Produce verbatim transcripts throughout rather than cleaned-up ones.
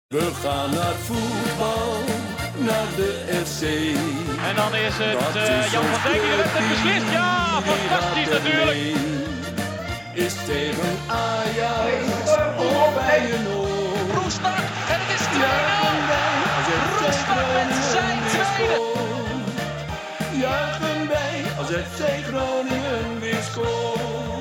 We gaan naar voetbal, naar de F C. En dan is het uh, Jan van Dijk die de wedstrijd beslist. Ja, fantastisch natuurlijk. Is tegen Ajax of bij een oor. Roestak en het is twee nul. Roestak met zijn tweede. Juichen wij als F C Groningen weer scoort.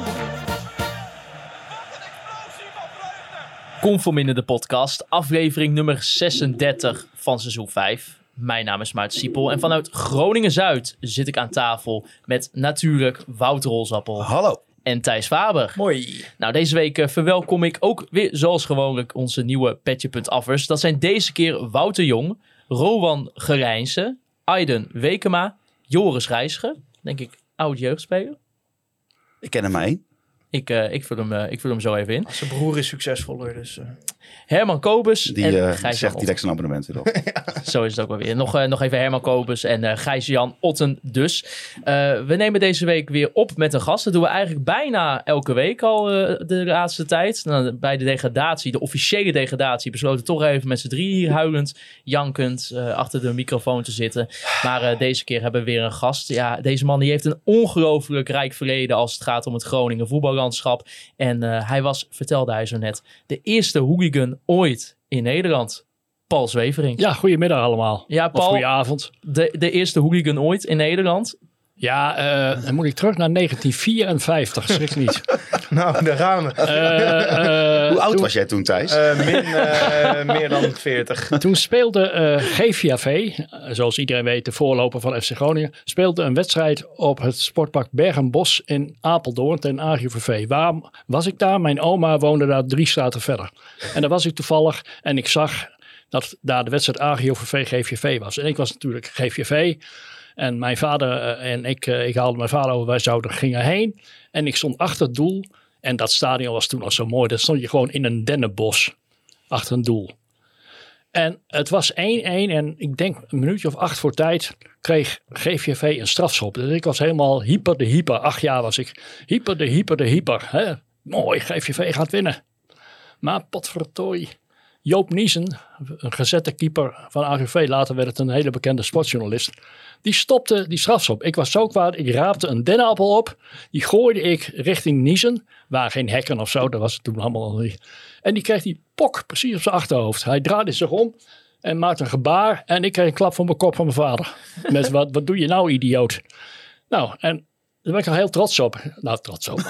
Conforminder de podcast, aflevering nummer zesendertig van seizoen vijf. Mijn naam is Maarten Siepel en vanuit Groningen-Zuid zit ik aan tafel met natuurlijk Wouter Holzappel. Hallo. En Thijs Faber. Mooi. Nou, deze week uh, verwelkom ik ook weer zoals gewoonlijk onze nieuwe Petje.affers. Dat zijn deze keer Wouter Jong, Rowan Gerijnse, Aiden Wekema, Joris Rijsger. Denk ik oud jeugdspeler. Ik ken er maar één. Ik, uh, ik, vul hem, uh, ik vul hem zo even in. Zijn broer is succesvoller, dus... Uh... Herman Kobus Die en uh, Gijs zegt direct zijn abonnement weer op. Zo is het ook wel weer. Nog, uh, nog even Herman Kobus en uh, Gijs-Jan Otten dus. Uh, we nemen deze week weer op met een gast. Dat doen we eigenlijk bijna elke week al uh, de laatste tijd. Nou, bij de degradatie, de officiële degradatie, besloten toch even met z'n drie hier huilend, jankend uh, achter de microfoon te zitten. Maar uh, deze keer hebben we weer een gast. Ja, deze man die heeft een ongelooflijk rijk verleden als het gaat om het Groningen voetballandschap. En uh, hij was, vertelde hij zo net, de eerste hooligan ooit in Nederland. Paul Zwevering. Ja, goedemiddag allemaal. Ja, Paul, of goedenavond. De, de eerste hooligan ooit in Nederland. Ja, uh, dan moet ik terug naar negentien vierenvijftig, schrik niet. Nou, daar gaan we. Uh, uh, Hoe oud toen, was jij toen, Thijs? Uh, min, uh, meer dan veertig. Toen speelde uh, G V A V, uh, zoals iedereen weet, de voorloper van F C Groningen, speelde een wedstrijd op het sportpark Bergenbos in Apeldoorn ten A G O V V. Waarom was ik daar? Mijn oma woonde daar drie straten verder. En daar was ik toevallig en ik zag dat daar de wedstrijd A G O V V G V A V was. En ik was natuurlijk G V A V. En mijn vader uh, en ik, uh, ik haalde mijn vader over, wij zouden gingen heen. En ik stond achter het doel. En dat stadion was toen al zo mooi. Daar stond je gewoon in een dennenbos achter een doel. En het was één-één. En ik denk een minuutje of acht voor tijd kreeg G V A V een strafschop. Dus ik was helemaal hyper de hyper. Acht jaar was ik. Hyper de hyper de hyper. Hè? Mooi, G V A V gaat winnen. Maar potverdorie. Joop Niesen, een gezette keeper van A G O V V, later werd het een hele bekende sportjournalist. Die stopte die strafschop. Ik was zo kwaad, ik raapte een dennenappel op. Die gooide ik richting Niesen. Waar geen hekken of zo, dat was het toen allemaal nog niet. En die kreeg die pok precies op zijn achterhoofd. Hij draaide zich om en maakte een gebaar. En ik kreeg een klap van mijn kop van mijn vader. Met wat, wat doe je nou, idioot? Nou, en daar ben ik al heel trots op. Nou, trots op.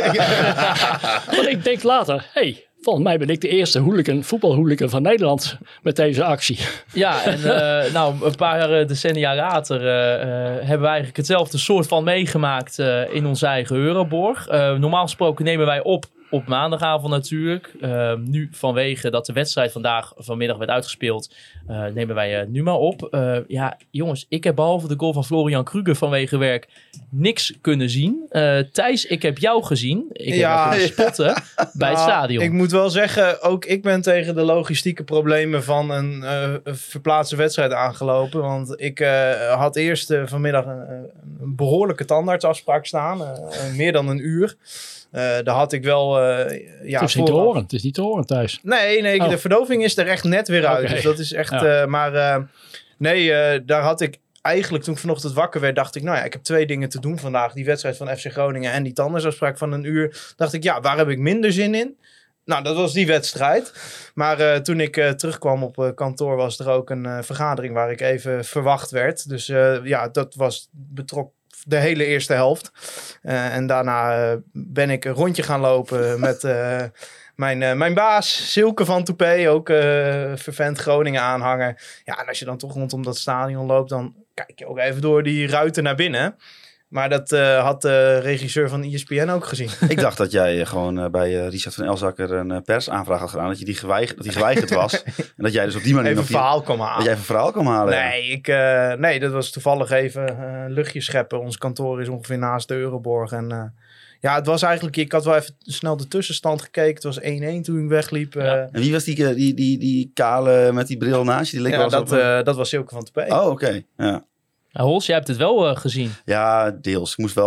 Want ik denk later, hé, hey, volgens mij ben ik de eerste hooligan, voetbalhooligan van Nederland met deze actie. Ja, en uh, nou, een paar decennia later uh, uh, hebben we eigenlijk hetzelfde soort van meegemaakt uh, in onze eigen Euroborg. Uh, normaal gesproken nemen wij op op maandagavond natuurlijk. Uh, nu vanwege dat de wedstrijd vandaag vanmiddag werd uitgespeeld, uh, nemen wij uh, nu maar op. Uh, ja, jongens, ik heb behalve de goal van Florian Kruger vanwege werk niks kunnen zien. Uh, Thijs, ik heb jou gezien. Ik ja, heb kunnen spotten ja. bij het stadion. Ik moet wel zeggen, ook ik ben tegen de logistieke problemen van een uh, verplaatste wedstrijd aangelopen. Want ik uh, had eerst uh, vanmiddag een, een behoorlijke tandartsafspraak staan. Uh, meer dan een uur. Uh, daar had ik wel... Uh, ja, het is niet te horen, het is niet te horen thuis. Nee, nee oh. de verdoving is er echt net weer uit. Okay. Dus dat is echt... Ja. Uh, maar uh, nee, uh, daar had ik eigenlijk toen ik vanochtend wakker werd, dacht ik, nou ja, ik heb twee dingen te doen vandaag. Die wedstrijd van F C Groningen en die tandartsafspraak van een uur. Dacht ik, ja, waar heb ik minder zin in? Nou, dat was die wedstrijd. Maar uh, toen ik uh, terugkwam op uh, kantoor was er ook een uh, vergadering waar ik even verwacht werd. Dus uh, ja, dat was betrokken. De hele eerste helft. Uh, en daarna uh, ben ik een rondje gaan lopen met uh, mijn, uh, mijn baas, Silke van Toupé, ook uh, vervent Groningen aanhanger. Ja, en als je dan toch rondom dat stadion loopt, dan kijk je ook even door die ruiten naar binnen. Maar dat uh, had de regisseur van E S P N ook gezien. Ik dacht dat jij uh, gewoon uh, bij uh, Richard van Elzakker een uh, persaanvraag had gedaan. Dat, je die geweigerd, dat die geweigerd was. En dat jij dus op die manier... Even een verhaal kwam halen. Dat jij even een verhaal kwam halen. Nee, ik, uh, nee, dat was toevallig even uh, luchtje scheppen. Ons kantoor is ongeveer naast de Euroborg. En uh, ja, het was eigenlijk... Ik had wel even snel de tussenstand gekeken. Het was één-één toen ik wegliep. Uh, ja. En wie was die, die, die, die kale met die bril naast je? Die leek ja, wel dat, op, uh, dat was Silke van Toupé. Oh, oké. Okay. Ja. Nou, Hols, jij hebt het wel uh, gezien. Ja, deels. Ik moest wel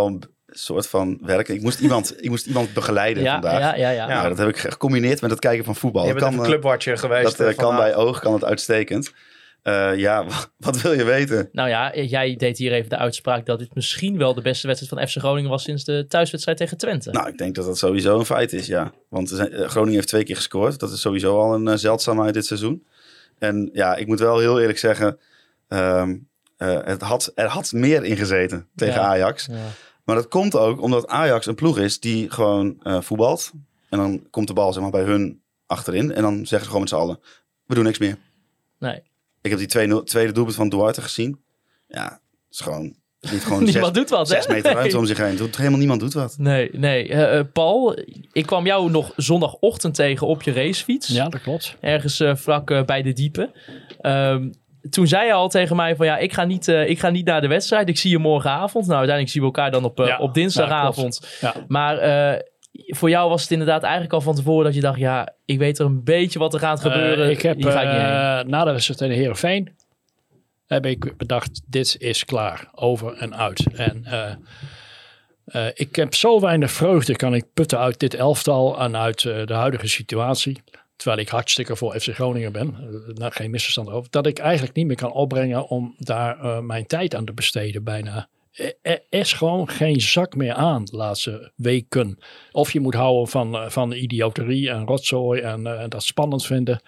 soort van werken. Ik moest iemand, ik moest iemand begeleiden Ja, vandaag. ja, ja, ja. Nou, dat heb ik gecombineerd met het kijken van voetbal. Je Dat bent kan, even eh, clubwatcher geweest. dat eh, eh, kan vandaag. bij oog, kan het uitstekend. Uh, ja, wat wil je weten? Nou ja, jij deed hier even de uitspraak dat dit misschien wel de beste wedstrijd van F C Groningen was sinds de thuiswedstrijd tegen Twente. Nou, ik denk dat dat sowieso een feit is, ja. Want er zijn, uh, Groningen heeft twee keer gescoord. Dat is sowieso al een uh, zeldzaamheid dit seizoen. En ja, ik moet wel heel eerlijk zeggen, um, uh, het had, er had meer in gezeten tegen Ja. Ajax. Ja. Maar dat komt ook omdat Ajax een ploeg is die gewoon uh, voetbalt. En dan komt de bal zeg maar bij hun achterin. En dan zeggen ze gewoon met z'n allen, we doen niks meer. Nee. Ik heb die twee, tweede doelpunt van Duarte gezien. Ja, het is gewoon... Niet gewoon Niemand zes, doet wat, zes hè? meter ruimte Nee. om zich heen. Doet, helemaal niemand doet wat. Nee, nee. Uh, uh, Paul, ik kwam jou nog zondagochtend tegen op je racefiets. Ja, dat klopt. Ergens uh, vlak uh, bij de Diepe. Um, toen zei je al tegen mij van ja, ik ga, niet, uh, ik ga niet naar de wedstrijd. Ik zie je morgenavond. Nou, uiteindelijk zien we elkaar dan op, uh, Ja, op dinsdagavond. Ja, ja. Maar uh, voor jou was het inderdaad eigenlijk al van tevoren dat je dacht, ja, ik weet er een beetje wat er gaat gebeuren. Uh, ik heb Hier ga ik niet uh, heen. na de wedstrijd tegen Heerenveen heb ik bedacht, dit is klaar. Over en uit. En uh, uh, ik heb zo weinig vreugde kan ik putten uit dit elftal en uit uh, de huidige situatie. Terwijl ik hartstikke voor F C Groningen ben. Uh, nou, geen misverstand over. Dat ik eigenlijk niet meer kan opbrengen om daar uh, mijn tijd aan te besteden bijna. Er is gewoon geen zak meer aan de laatste weken. Of je moet houden van, uh, van idioterie en rotzooi en uh, dat spannend vinden.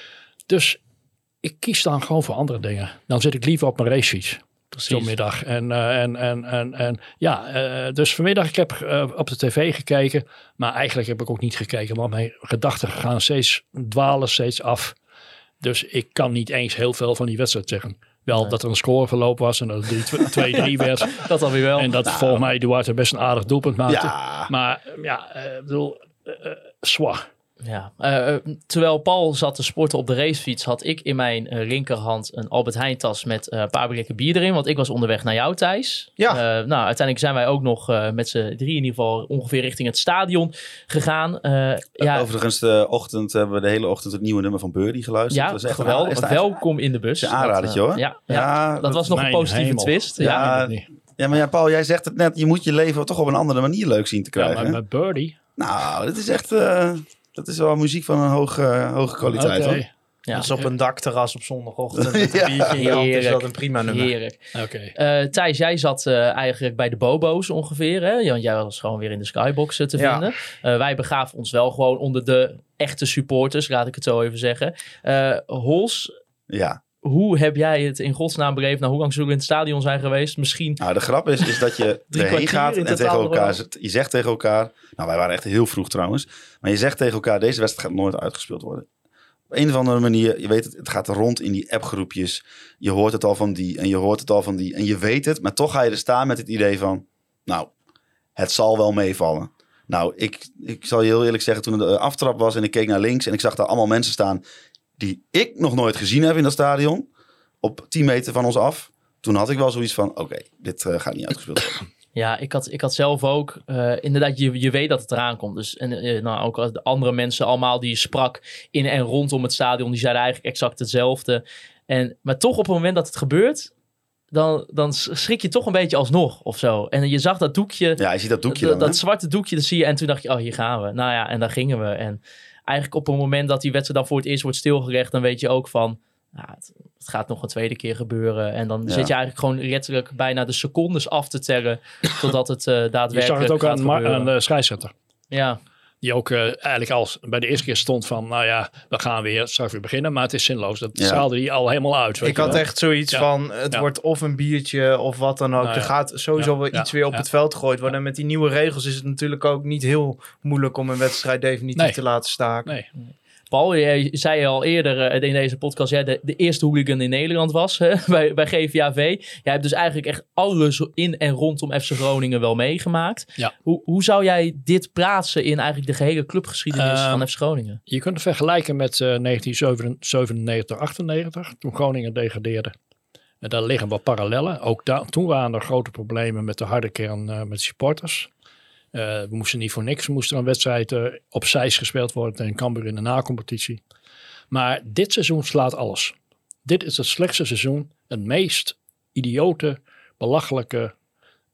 Dus ik kies dan gewoon voor andere dingen. Dan zit ik liever op mijn racefiets. Zo'n middag. En, uh, en, en, en, en ja, uh, dus vanmiddag ik heb uh, op de tv gekeken. Maar eigenlijk heb ik ook niet gekeken. Want mijn gedachten gaan steeds dwalen, steeds af. Dus ik kan niet eens heel veel van die wedstrijd zeggen. Wel Nee. dat er een scoreverloop was en dat het twee drie werd. Dat alweer wel. En dat Nou. volgens mij Duarte best een aardig doelpunt maakte. Ja. Maar ja, ik uh, bedoel, uh, uh, zwaar. Ja, uh, terwijl Paul zat te sporten op de racefiets, had ik in mijn uh, linkerhand een Albert Heijn tas met uh, een paar blikken bier erin. Want ik was onderweg naar jou, Thijs. Ja. Uh, nou, uiteindelijk zijn wij ook nog uh, met z'n drie in ieder geval ongeveer richting het stadion gegaan. Uh, ja, Overigens, de ochtend hebben we de hele ochtend het nieuwe nummer van Birdie geluisterd. ja Dat is echt geweldig. Een, is dat Welkom in de bus. een aanradertje, Dat, uh, hoor. Ja, ja, Ja, dat, dat was nog een mijn positieve hemel. twist. Ja. Ja, Ja, niet. Ja, maar ja, Paul, jij zegt het net. Je moet je leven toch op een andere manier leuk zien te Ja, krijgen. maar met Birdie. Nou, dat is echt... Uh, dat is wel muziek van een hoge, uh, hoge kwaliteit, Oké. hoor. Ja. Dus op een dakterras op zondagochtend met Ja. een biertje in je hand is Heerlijk. dat een prima nummer. Heerlijk. Oké. Uh, Thijs, jij zat uh, eigenlijk bij de Bobo's ongeveer. Hè? Want jij was gewoon weer in de skybox uh, te Ja. vinden. Uh, wij begaven ons wel gewoon onder de echte supporters, laat ik het zo even zeggen. Uh, Hols, Ja. hoe heb jij het in godsnaam beleefd? Nou, hoe lang zullen we in het stadion zijn geweest? Misschien. Nou, de grap is, is dat je Drie erheen kwartier gaat in en tegen totaal elkaar... nog zegt- Je zegt tegen elkaar... Nou, wij waren echt heel vroeg trouwens. Maar je zegt tegen elkaar, deze wedstrijd gaat nooit uitgespeeld worden. Op een of andere manier, je weet het, het gaat rond in die appgroepjes. Je hoort het al van die en je hoort het al van die. En je weet het, maar toch ga je er staan met het idee van... Nou, het zal wel meevallen. Nou, ik, ik zal je heel eerlijk zeggen, toen de aftrap was en ik keek naar links... en ik zag daar allemaal mensen staan die ik nog nooit gezien heb in dat stadion... op tien meter van ons af. Toen had ik wel zoiets van, oké, okay, dit uh, gaat niet uitgespeeld worden. Ja, ik had, ik had zelf ook... Uh, inderdaad, je, je weet dat het eraan komt. Dus, en uh, nou, ook de andere mensen allemaal die je sprak in en rondom het stadion... die zeiden eigenlijk exact hetzelfde. En, maar toch op het moment dat het gebeurt... Dan, dan schrik je toch een beetje alsnog of zo. En je zag dat doekje... Ja, je ziet dat doekje dat, dan, dat zwarte doekje, dat zie je. En toen dacht je, oh, hier gaan we. Nou ja, en daar gingen we. En eigenlijk op het moment dat die wedstrijd dan voor het eerst wordt stilgelegd... dan weet je ook van... Nou, het, het gaat nog een tweede keer gebeuren. En dan Ja. zit je eigenlijk gewoon letterlijk bijna de secondes af te tellen... totdat het uh, daadwerkelijk Je zag het ook gaat aan, Mar- gebeuren. aan de scheidsrechter. Ja, Die ook uh, eigenlijk al bij de eerste keer stond van... Nou ja, we gaan weer, straks weer beginnen. Maar het is zinloos. Dat Ja. straalde hij al helemaal uit. weet Ik je had wel. echt zoiets Ja. van, het Ja. wordt of een biertje of wat dan ook. Nou Er ja. gaat sowieso Ja. wel Ja. iets weer op Ja. het veld gegooid worden. En met die nieuwe regels is het natuurlijk ook niet heel moeilijk om een wedstrijd definitief Nee. te laten staken. Nee. Paul, je zei al eerder uh, in deze podcast... jij de, de eerste hooligan in Nederland was hè, bij, bij G V A V. Jij hebt dus eigenlijk echt alles in en rondom F C Groningen wel meegemaakt. Ja. Hoe, hoe zou jij dit plaatsen in eigenlijk de gehele clubgeschiedenis Um, van F C Groningen? Je kunt het vergelijken met uh, negentien zevenennegentig, achtennegentig. Toen Groningen degradeerde. En daar liggen wat parallellen. Ook da- toen waren er grote problemen met de harde kern uh, met supporters. Uh, we moesten niet voor niks. We moesten een wedstrijd uh, op Zeist gespeeld worden tegen Cambuur in de na-competitie. Maar dit seizoen slaat alles. Dit is het slechtste seizoen. Het meest idiote, belachelijke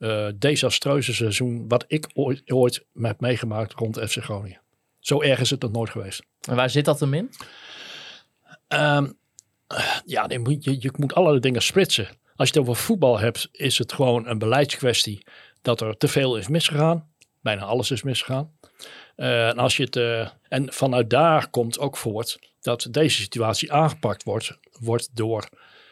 uh, desastreuze seizoen wat ik ooit, ooit heb meegemaakt rond F C Groningen. Zo erg is het nog nooit geweest. En waar zit dat hem in? Um, ja, je moet, je, je moet allerlei dingen splitsen. Als je het over voetbal hebt, is het gewoon een beleidskwestie dat er te veel is misgegaan. Bijna alles is misgegaan. Uh, en, als je het, uh, en vanuit daar komt ook voort dat deze situatie aangepakt wordt, wordt door,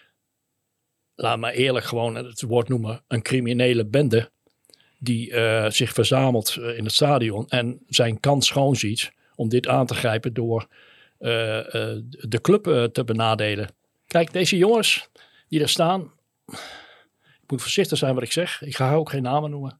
laat maar eerlijk gewoon het woord noemen, een criminele bende die uh, zich verzamelt uh, in het stadion en zijn kans schoon ziet om dit aan te grijpen door uh, uh, de club uh, te benadelen. Kijk, deze jongens die er staan, ik moet voorzichtig zijn wat ik zeg, ik ga ook geen namen noemen.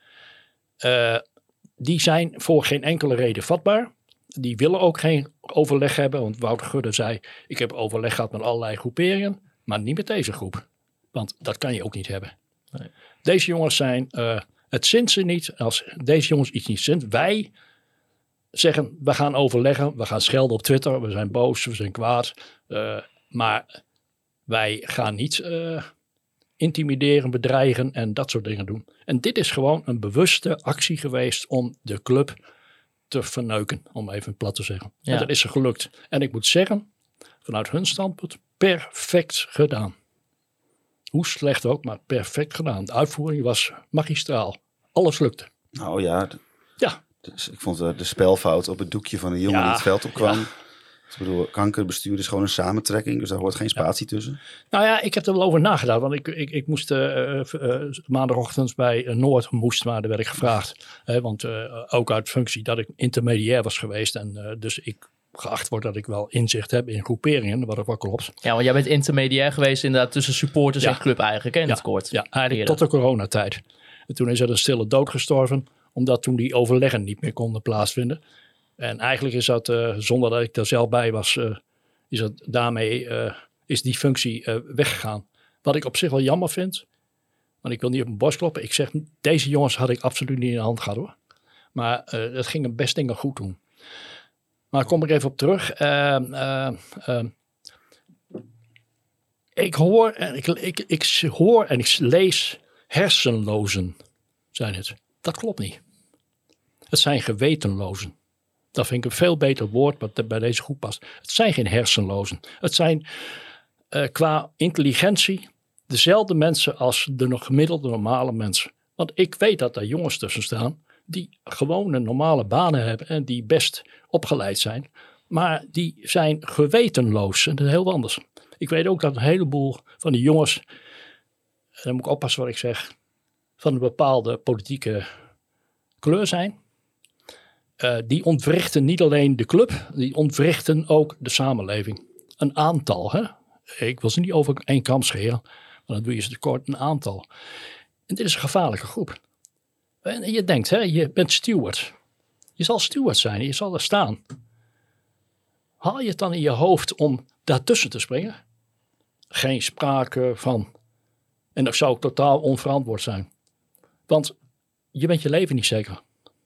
Uh, die zijn voor geen enkele reden vatbaar. Die willen ook geen overleg hebben, want Wouter Gudde zei, ik heb overleg gehad met allerlei groeperingen, maar niet met deze groep. Want dat kan je ook niet hebben. Nee. Deze jongens zijn, uh, het zint ze niet. Als deze jongens iets niet zint, wij zeggen, we gaan overleggen, we gaan schelden op Twitter, we zijn boos, we zijn kwaad. Uh, maar wij gaan niet uh, intimideren, bedreigen en dat soort dingen doen. En dit is gewoon een bewuste actie geweest om de club te verneuken, om even plat te zeggen. Ja. En dat is er gelukt. En ik moet zeggen, vanuit hun standpunt, perfect gedaan. Hoe slecht ook, maar perfect gedaan. De uitvoering was magistraal. Alles lukte. Nou ja, d- ja. Dus ik vond de, de spelfout op het doekje van de jongen ja. die het veld opkwam. Ja. Ik bedoel, kankerbestuur is gewoon een samentrekking, dus daar hoort geen spatie ja. tussen. Nou ja, ik heb er wel over nagedacht, want ik, ik, ik moest uh, uh, maandagochtend bij uh, Noord moest, maar daar werd ik gevraagd. Hè, want uh, ook uit functie dat ik intermediair was geweest en uh, dus ik geacht word dat ik wel inzicht heb in groeperingen, wat ook wel klopt. Ja, want jij bent intermediair geweest inderdaad tussen supporters ja. en club eigenlijk, in ja. het kort. Ja, eigenlijk tot de coronatijd. En toen is er een stille dood gestorven, omdat toen die overleggen niet meer konden plaatsvinden. En eigenlijk is dat, uh, zonder dat ik daar zelf bij was, uh, is dat daarmee uh, is die functie uh, weggegaan. Wat ik op zich wel jammer vind, want ik wil niet op mijn borst kloppen. Ik zeg, deze jongens had ik absoluut niet in de hand gehad hoor. Maar uh, het ging best dingen goed doen. Maar kom ik even op terug. Uh, uh, uh, ik hoor en ik, ik, ik hoor en ik lees hersenlozen, zijn het. Dat klopt niet. Het zijn gewetenlozen. Dat vind ik een veel beter woord wat bij deze groep past. Het zijn geen hersenlozen. Het zijn uh, qua intelligentie dezelfde mensen als de nog gemiddelde normale mensen. Want ik weet dat daar jongens tussen staan die gewone normale banen hebben en die best opgeleid zijn. Maar die zijn gewetenloos en dat is heel anders. Ik weet ook dat een heleboel van die jongens, en dan moet ik oppassen wat ik zeg, van een bepaalde politieke kleur zijn. Uh, die ontwrichten niet alleen de club, die ontwrichten ook de samenleving. Een aantal, hè? Ik wil ze niet over één kam scheren, maar dan doe je ze tekort, een aantal. En dit is een gevaarlijke groep. En je denkt, hè, je bent steward. Je zal steward zijn, je zal er staan. Haal je het dan in je hoofd om daartussen te springen? Geen sprake van. En dat zou ook totaal onverantwoord zijn. Want je bent je leven niet zeker.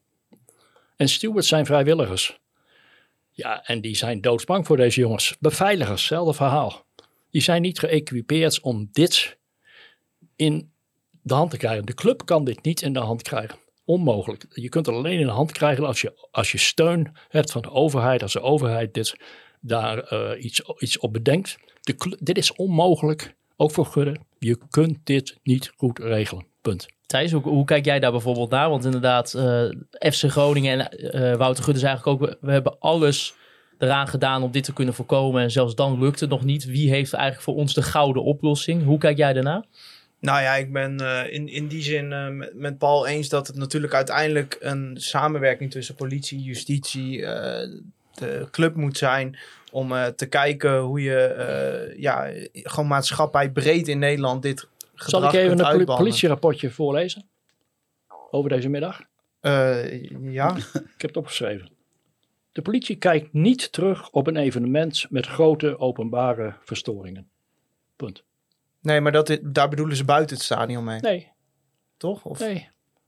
En stewards zijn vrijwilligers. Ja, en die zijn doodsbang voor deze jongens. Beveiligers, hetzelfde verhaal. Die zijn niet geëquipeerd om dit in de hand te krijgen. De club kan dit niet in de hand krijgen. Onmogelijk. Je kunt het alleen in de hand krijgen als je, als je steun hebt van de overheid. Als de overheid dit, daar uh, iets, iets op bedenkt. De cl- dit is onmogelijk, ook voor Gudde. Je kunt dit niet goed regelen. Punt. Thijs, hoe, hoe kijk jij daar bijvoorbeeld naar? Want inderdaad, uh, F C Groningen en uh, Wouter Gudde zei eigenlijk ook, we, we hebben alles eraan gedaan om dit te kunnen voorkomen. En zelfs dan lukt het nog niet. Wie heeft eigenlijk voor ons de gouden oplossing? Hoe kijk jij daarna? Nou ja, ik ben uh, in, in die zin uh, met, met Paul eens dat het natuurlijk uiteindelijk een samenwerking tussen politie, justitie, uh, de club moet zijn. Om uh, te kijken hoe je uh, ja, gewoon maatschappij breed in Nederland dit gedrag Zal ik even een uitbannen. politierapportje voorlezen? Over deze middag? Uh, ja. Ik heb het opgeschreven. De politie kijkt niet terug op een evenement met grote openbare verstoringen. Punt. Nee, maar dat, daar bedoelen ze buiten het stadion mee. Nee. Toch? Of? Nee.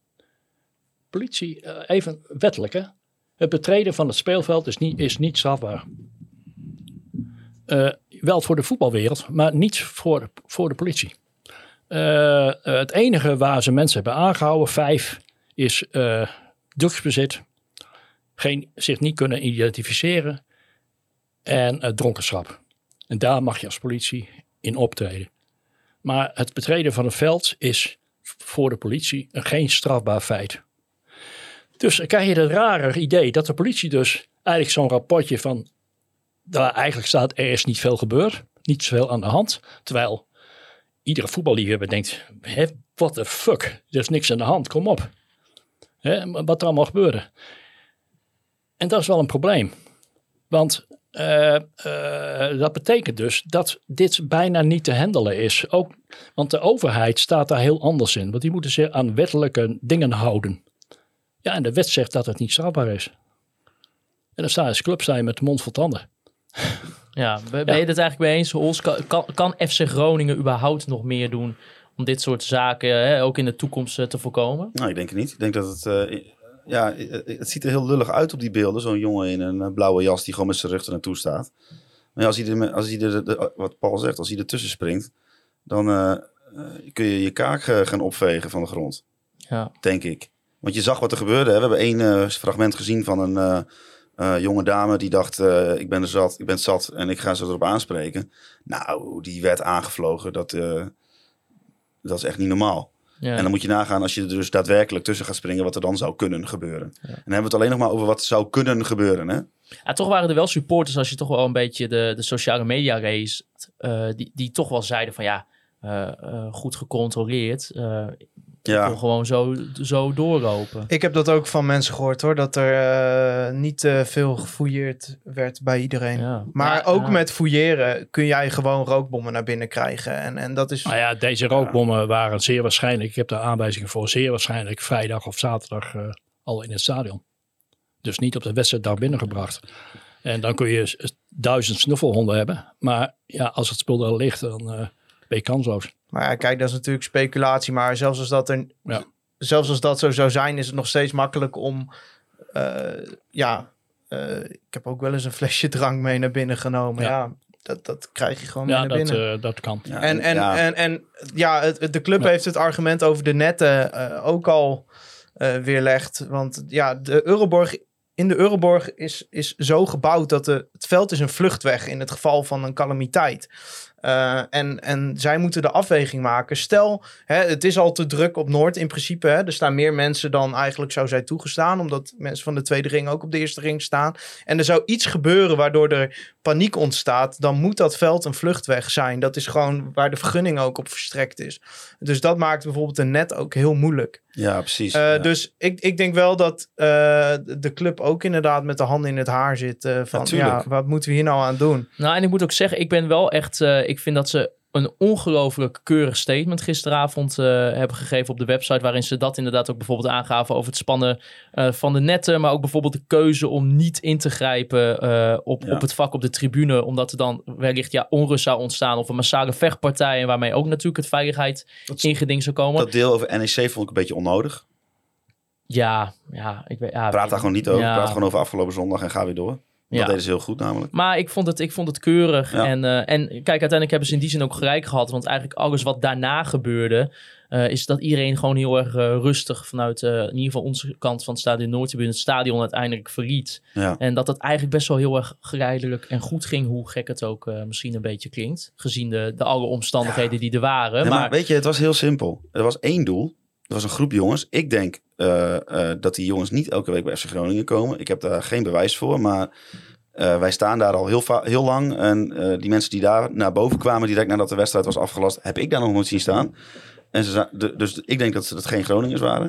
Politie, uh, even wettelijk hè. Het betreden van het speelveld is niet, is niet strafbaar. Uh, wel voor de voetbalwereld, maar niet voor de, voor de politie. Uh, het enige waar ze mensen hebben aangehouden, vijf, is uh, drugsbezit. Geen, zich niet kunnen identificeren. En uh, dronkenschap. En daar mag je als politie in optreden. Maar het betreden van het veld is voor de politie een geen strafbaar feit. Dus dan krijg je het rare idee dat de politie dus eigenlijk zo'n rapportje van... daar eigenlijk staat er is niet veel gebeurd. Niet zoveel aan de hand. Terwijl iedere voetballiefhebber denkt... what the fuck, er is niks aan de hand, kom op. Hè, wat er allemaal gebeurde. En dat is wel een probleem. Want uh, uh, dat betekent dus dat dit bijna niet te handelen is. Ook, want de overheid staat daar heel anders in. Want die moeten zich aan wettelijke dingen houden. Ja, en de wet zegt dat het niet strafbaar is. En dan sta je als club sta je met de mond vol tanden. Ja, ben je het eigenlijk mee eens, Hols? Kan, kan, kan F C Groningen überhaupt nog meer doen om dit soort zaken hè, ook in de toekomst uh, te voorkomen? Nou, ik denk het niet. Ik denk dat het... Uh, ja, het ziet er heel lullig uit op die beelden. Zo'n jongen in een blauwe jas die gewoon met zijn rug er naartoe staat. Maar ja, als hij er, als hij er de, wat Paul zegt, als hij ertussen springt, dan uh, uh, kun je je kaak uh, gaan opvegen van de grond. Ja. Denk ik. Want je zag wat er gebeurde. Hè? We hebben één uh, fragment gezien van een uh, uh, jonge dame die dacht, uh, ik ben er zat, ik ben zat en ik ga ze erop aanspreken. Nou, die werd aangevlogen. Dat, uh, dat is echt niet normaal. Ja. En dan moet je nagaan als je er dus daadwerkelijk tussen gaat springen, wat er dan zou kunnen gebeuren. Ja. En dan hebben we het alleen nog maar over wat zou kunnen gebeuren. Hè? Ja, toch waren er wel supporters, als je toch wel een beetje de, de sociale media race, uh, die, die toch wel zeiden van ja, uh, uh, goed gecontroleerd. Uh, ja. Wil gewoon zo, zo doorlopen. Ik heb dat ook van mensen gehoord hoor, dat er uh, niet uh, veel gefouilleerd werd bij iedereen. Ja. Maar ja, ook ja. met fouilleren kun jij gewoon rookbommen naar binnen krijgen. En, en dat is... Nou ja, deze rookbommen ja. waren zeer waarschijnlijk, ik heb daar aanwijzingen voor, zeer waarschijnlijk vrijdag of zaterdag uh, al in het stadion. Dus niet op de wedstrijddag binnengebracht. En dan kun je duizend snuffelhonden hebben. Maar ja, als het spul er ligt, dan uh, ben je kansloos. Maar ja, kijk, dat is natuurlijk speculatie. Maar zelfs als dat, er, ja. zelfs als dat zo zou zijn, is het nog steeds makkelijk om... Uh, ja, uh, ik heb ook wel eens een flesje drank mee naar binnen genomen. Ja, ja dat, dat krijg je gewoon ja, mee naar dat, binnen. Uh, dat kan. Ja, en, en, ja. en, en, en ja, het, de club ja. heeft het argument over de netten uh, ook al uh, weerlegd. Want ja, de Euroborg... In de Euroborg is, is zo gebouwd dat de, het veld is een vluchtweg in het geval van een calamiteit. Uh, en, en zij moeten de afweging maken. Stel, hè, het is al te druk op Noord in principe. Hè, er staan meer mensen dan eigenlijk zou zijn toegestaan. Omdat mensen van de tweede ring ook op de eerste ring staan. En er zou iets gebeuren waardoor er paniek ontstaat. Dan moet dat veld een vluchtweg zijn. Dat is gewoon waar de vergunning ook op verstrekt is. Dus dat maakt bijvoorbeeld een net ook heel moeilijk. Ja, precies. Uh, ja. Dus ik, ik denk wel dat uh, de club ook inderdaad met de handen in het haar zit. Uh, van ja, wat moeten we hier nou aan doen? Nou, en ik moet ook zeggen, ik ben wel echt... Uh, ik vind dat ze een ongelooflijk keurig statement gisteravond uh, hebben gegeven op de website. Waarin ze dat inderdaad ook bijvoorbeeld aangaven over het spannen uh, van de netten. Maar ook bijvoorbeeld de keuze om niet in te grijpen uh, op, ja. op het vak op de tribune. Omdat er dan wellicht ja, onrust zou ontstaan. Of een massale vechtpartij. En waarmee ook natuurlijk het veiligheid dat, in geding zou komen. Dat deel over N E C vond ik een beetje onnodig. Ja, ja. Ik weet, ja, Praat daar gewoon niet over. Ja. Praat gewoon over afgelopen zondag en ga weer door. Dat ja. deden ze heel goed namelijk. Maar ik vond het, ik vond het keurig. Ja. En, uh, en kijk, uiteindelijk hebben ze in die zin ook gelijk gehad. Want eigenlijk alles wat daarna gebeurde... Uh, is dat iedereen gewoon heel erg uh, rustig... vanuit uh, in ieder geval onze kant van het Stadion Noordtribune... het stadion uiteindelijk verliet. Ja. En dat het eigenlijk best wel heel erg geleidelijk en goed ging... hoe gek het ook uh, misschien een beetje klinkt. Gezien de, de alle omstandigheden ja. die er waren. Ja, maar, maar weet je, het was heel simpel. Er was één doel. Er was een groep jongens. Ik denk uh, uh, dat die jongens niet elke week bij F C Groningen komen. Ik heb daar geen bewijs voor, maar... Uh, wij staan daar al heel, va- heel lang. En uh, die mensen die daar naar boven kwamen... direct nadat de wedstrijd was afgelast... heb ik daar nog nooit zien staan. En ze za- de, dus ik denk dat ze dat geen Groningers waren.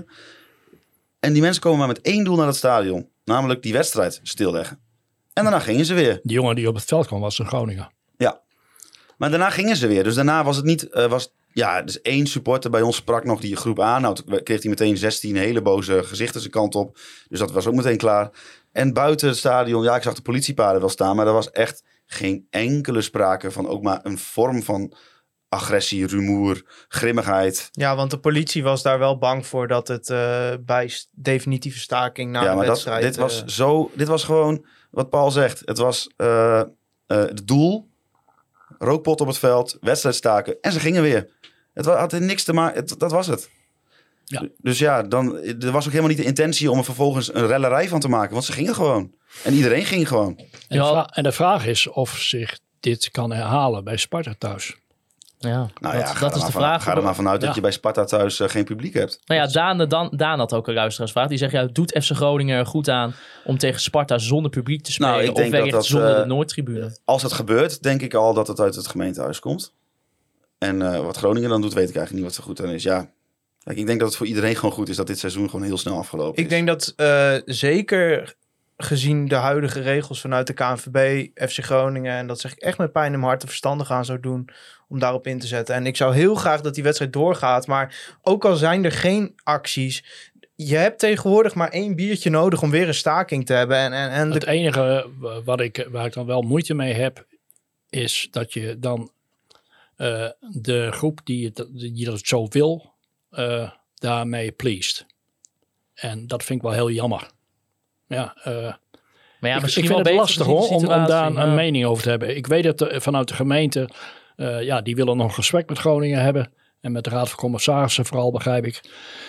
En die mensen komen maar met één doel naar het stadion. Namelijk die wedstrijd stilleggen. En daarna gingen ze weer. Die jongen die op het veld kwam was een Groninger. Ja. Maar daarna gingen ze weer. Dus daarna was het niet... Uh, was, ja, dus één supporter bij ons sprak nog die groep aan. Nou, toen kreeg hij meteen zestien hele boze gezichten zijn kant op. Dus dat was ook meteen klaar. En buiten het stadion, ja, ik zag de politiepaarden wel staan... maar er was echt geen enkele sprake van ook maar een vorm van agressie, rumoer, grimmigheid. Ja, want de politie was daar wel bang voor... dat het uh, bij st- definitieve staking na ja, de maar wedstrijd... Dat, dit, uh... was zo, dit was gewoon wat Paul zegt. Het was uh, uh, het doel, rookpot op het veld, wedstrijd staken... en ze gingen weer. Het had niks te maken, het, dat was het. Ja. Dus ja, dan, er was ook helemaal niet de intentie om er vervolgens een rellerij van te maken. Want ze gingen gewoon. En iedereen ging gewoon. En, Ja. de, vra- en de vraag is of zich dit kan herhalen bij Sparta thuis. Ja, Nou dat, ja, ga dat er is maar de van- vraag. Ga er maar vanuit Ja. dat je bij Sparta thuis uh, geen publiek hebt. Nou ja, Daan, Daan, Daan had ook een luisteraarsvraag. Die zegt, ja, doet F C Groningen er goed aan om tegen Sparta zonder publiek te spelen? Nou, ik of denk dat wellicht dat, zonder uh, de Noordtribune? Als het gebeurt, denk ik al dat het uit het gemeentehuis komt. En uh, wat Groningen dan doet, weet ik eigenlijk niet wat zo goed aan is. Ja, kijk, ik denk dat het voor iedereen gewoon goed is dat dit seizoen gewoon heel snel afgelopen is. Ik denk dat uh, zeker gezien de huidige regels vanuit de K N V B, F C Groningen, en dat zeg ik echt met pijn in mijn hart, er verstandig aan zou doen om daarop in te zetten. En ik zou heel graag dat die wedstrijd doorgaat, maar ook al zijn er geen acties, je hebt tegenwoordig maar één biertje nodig om weer een staking te hebben. En, en, en de... Het enige wat ik, waar ik dan wel moeite mee heb, is dat je dan uh, de groep die het, die dat zo wil, uh, daarmee pleased. En dat vind ik wel heel jammer. Ja, uh, Maar ja, ik, misschien ik wel vind het beter lastig hoor, gezien de om, om daar situatie. een Ja. mening over te hebben. Ik weet dat er vanuit de gemeente, uh, ja, die willen nog gesprek met Groningen hebben. En met de Raad van Commissarissen vooral, begrijp ik.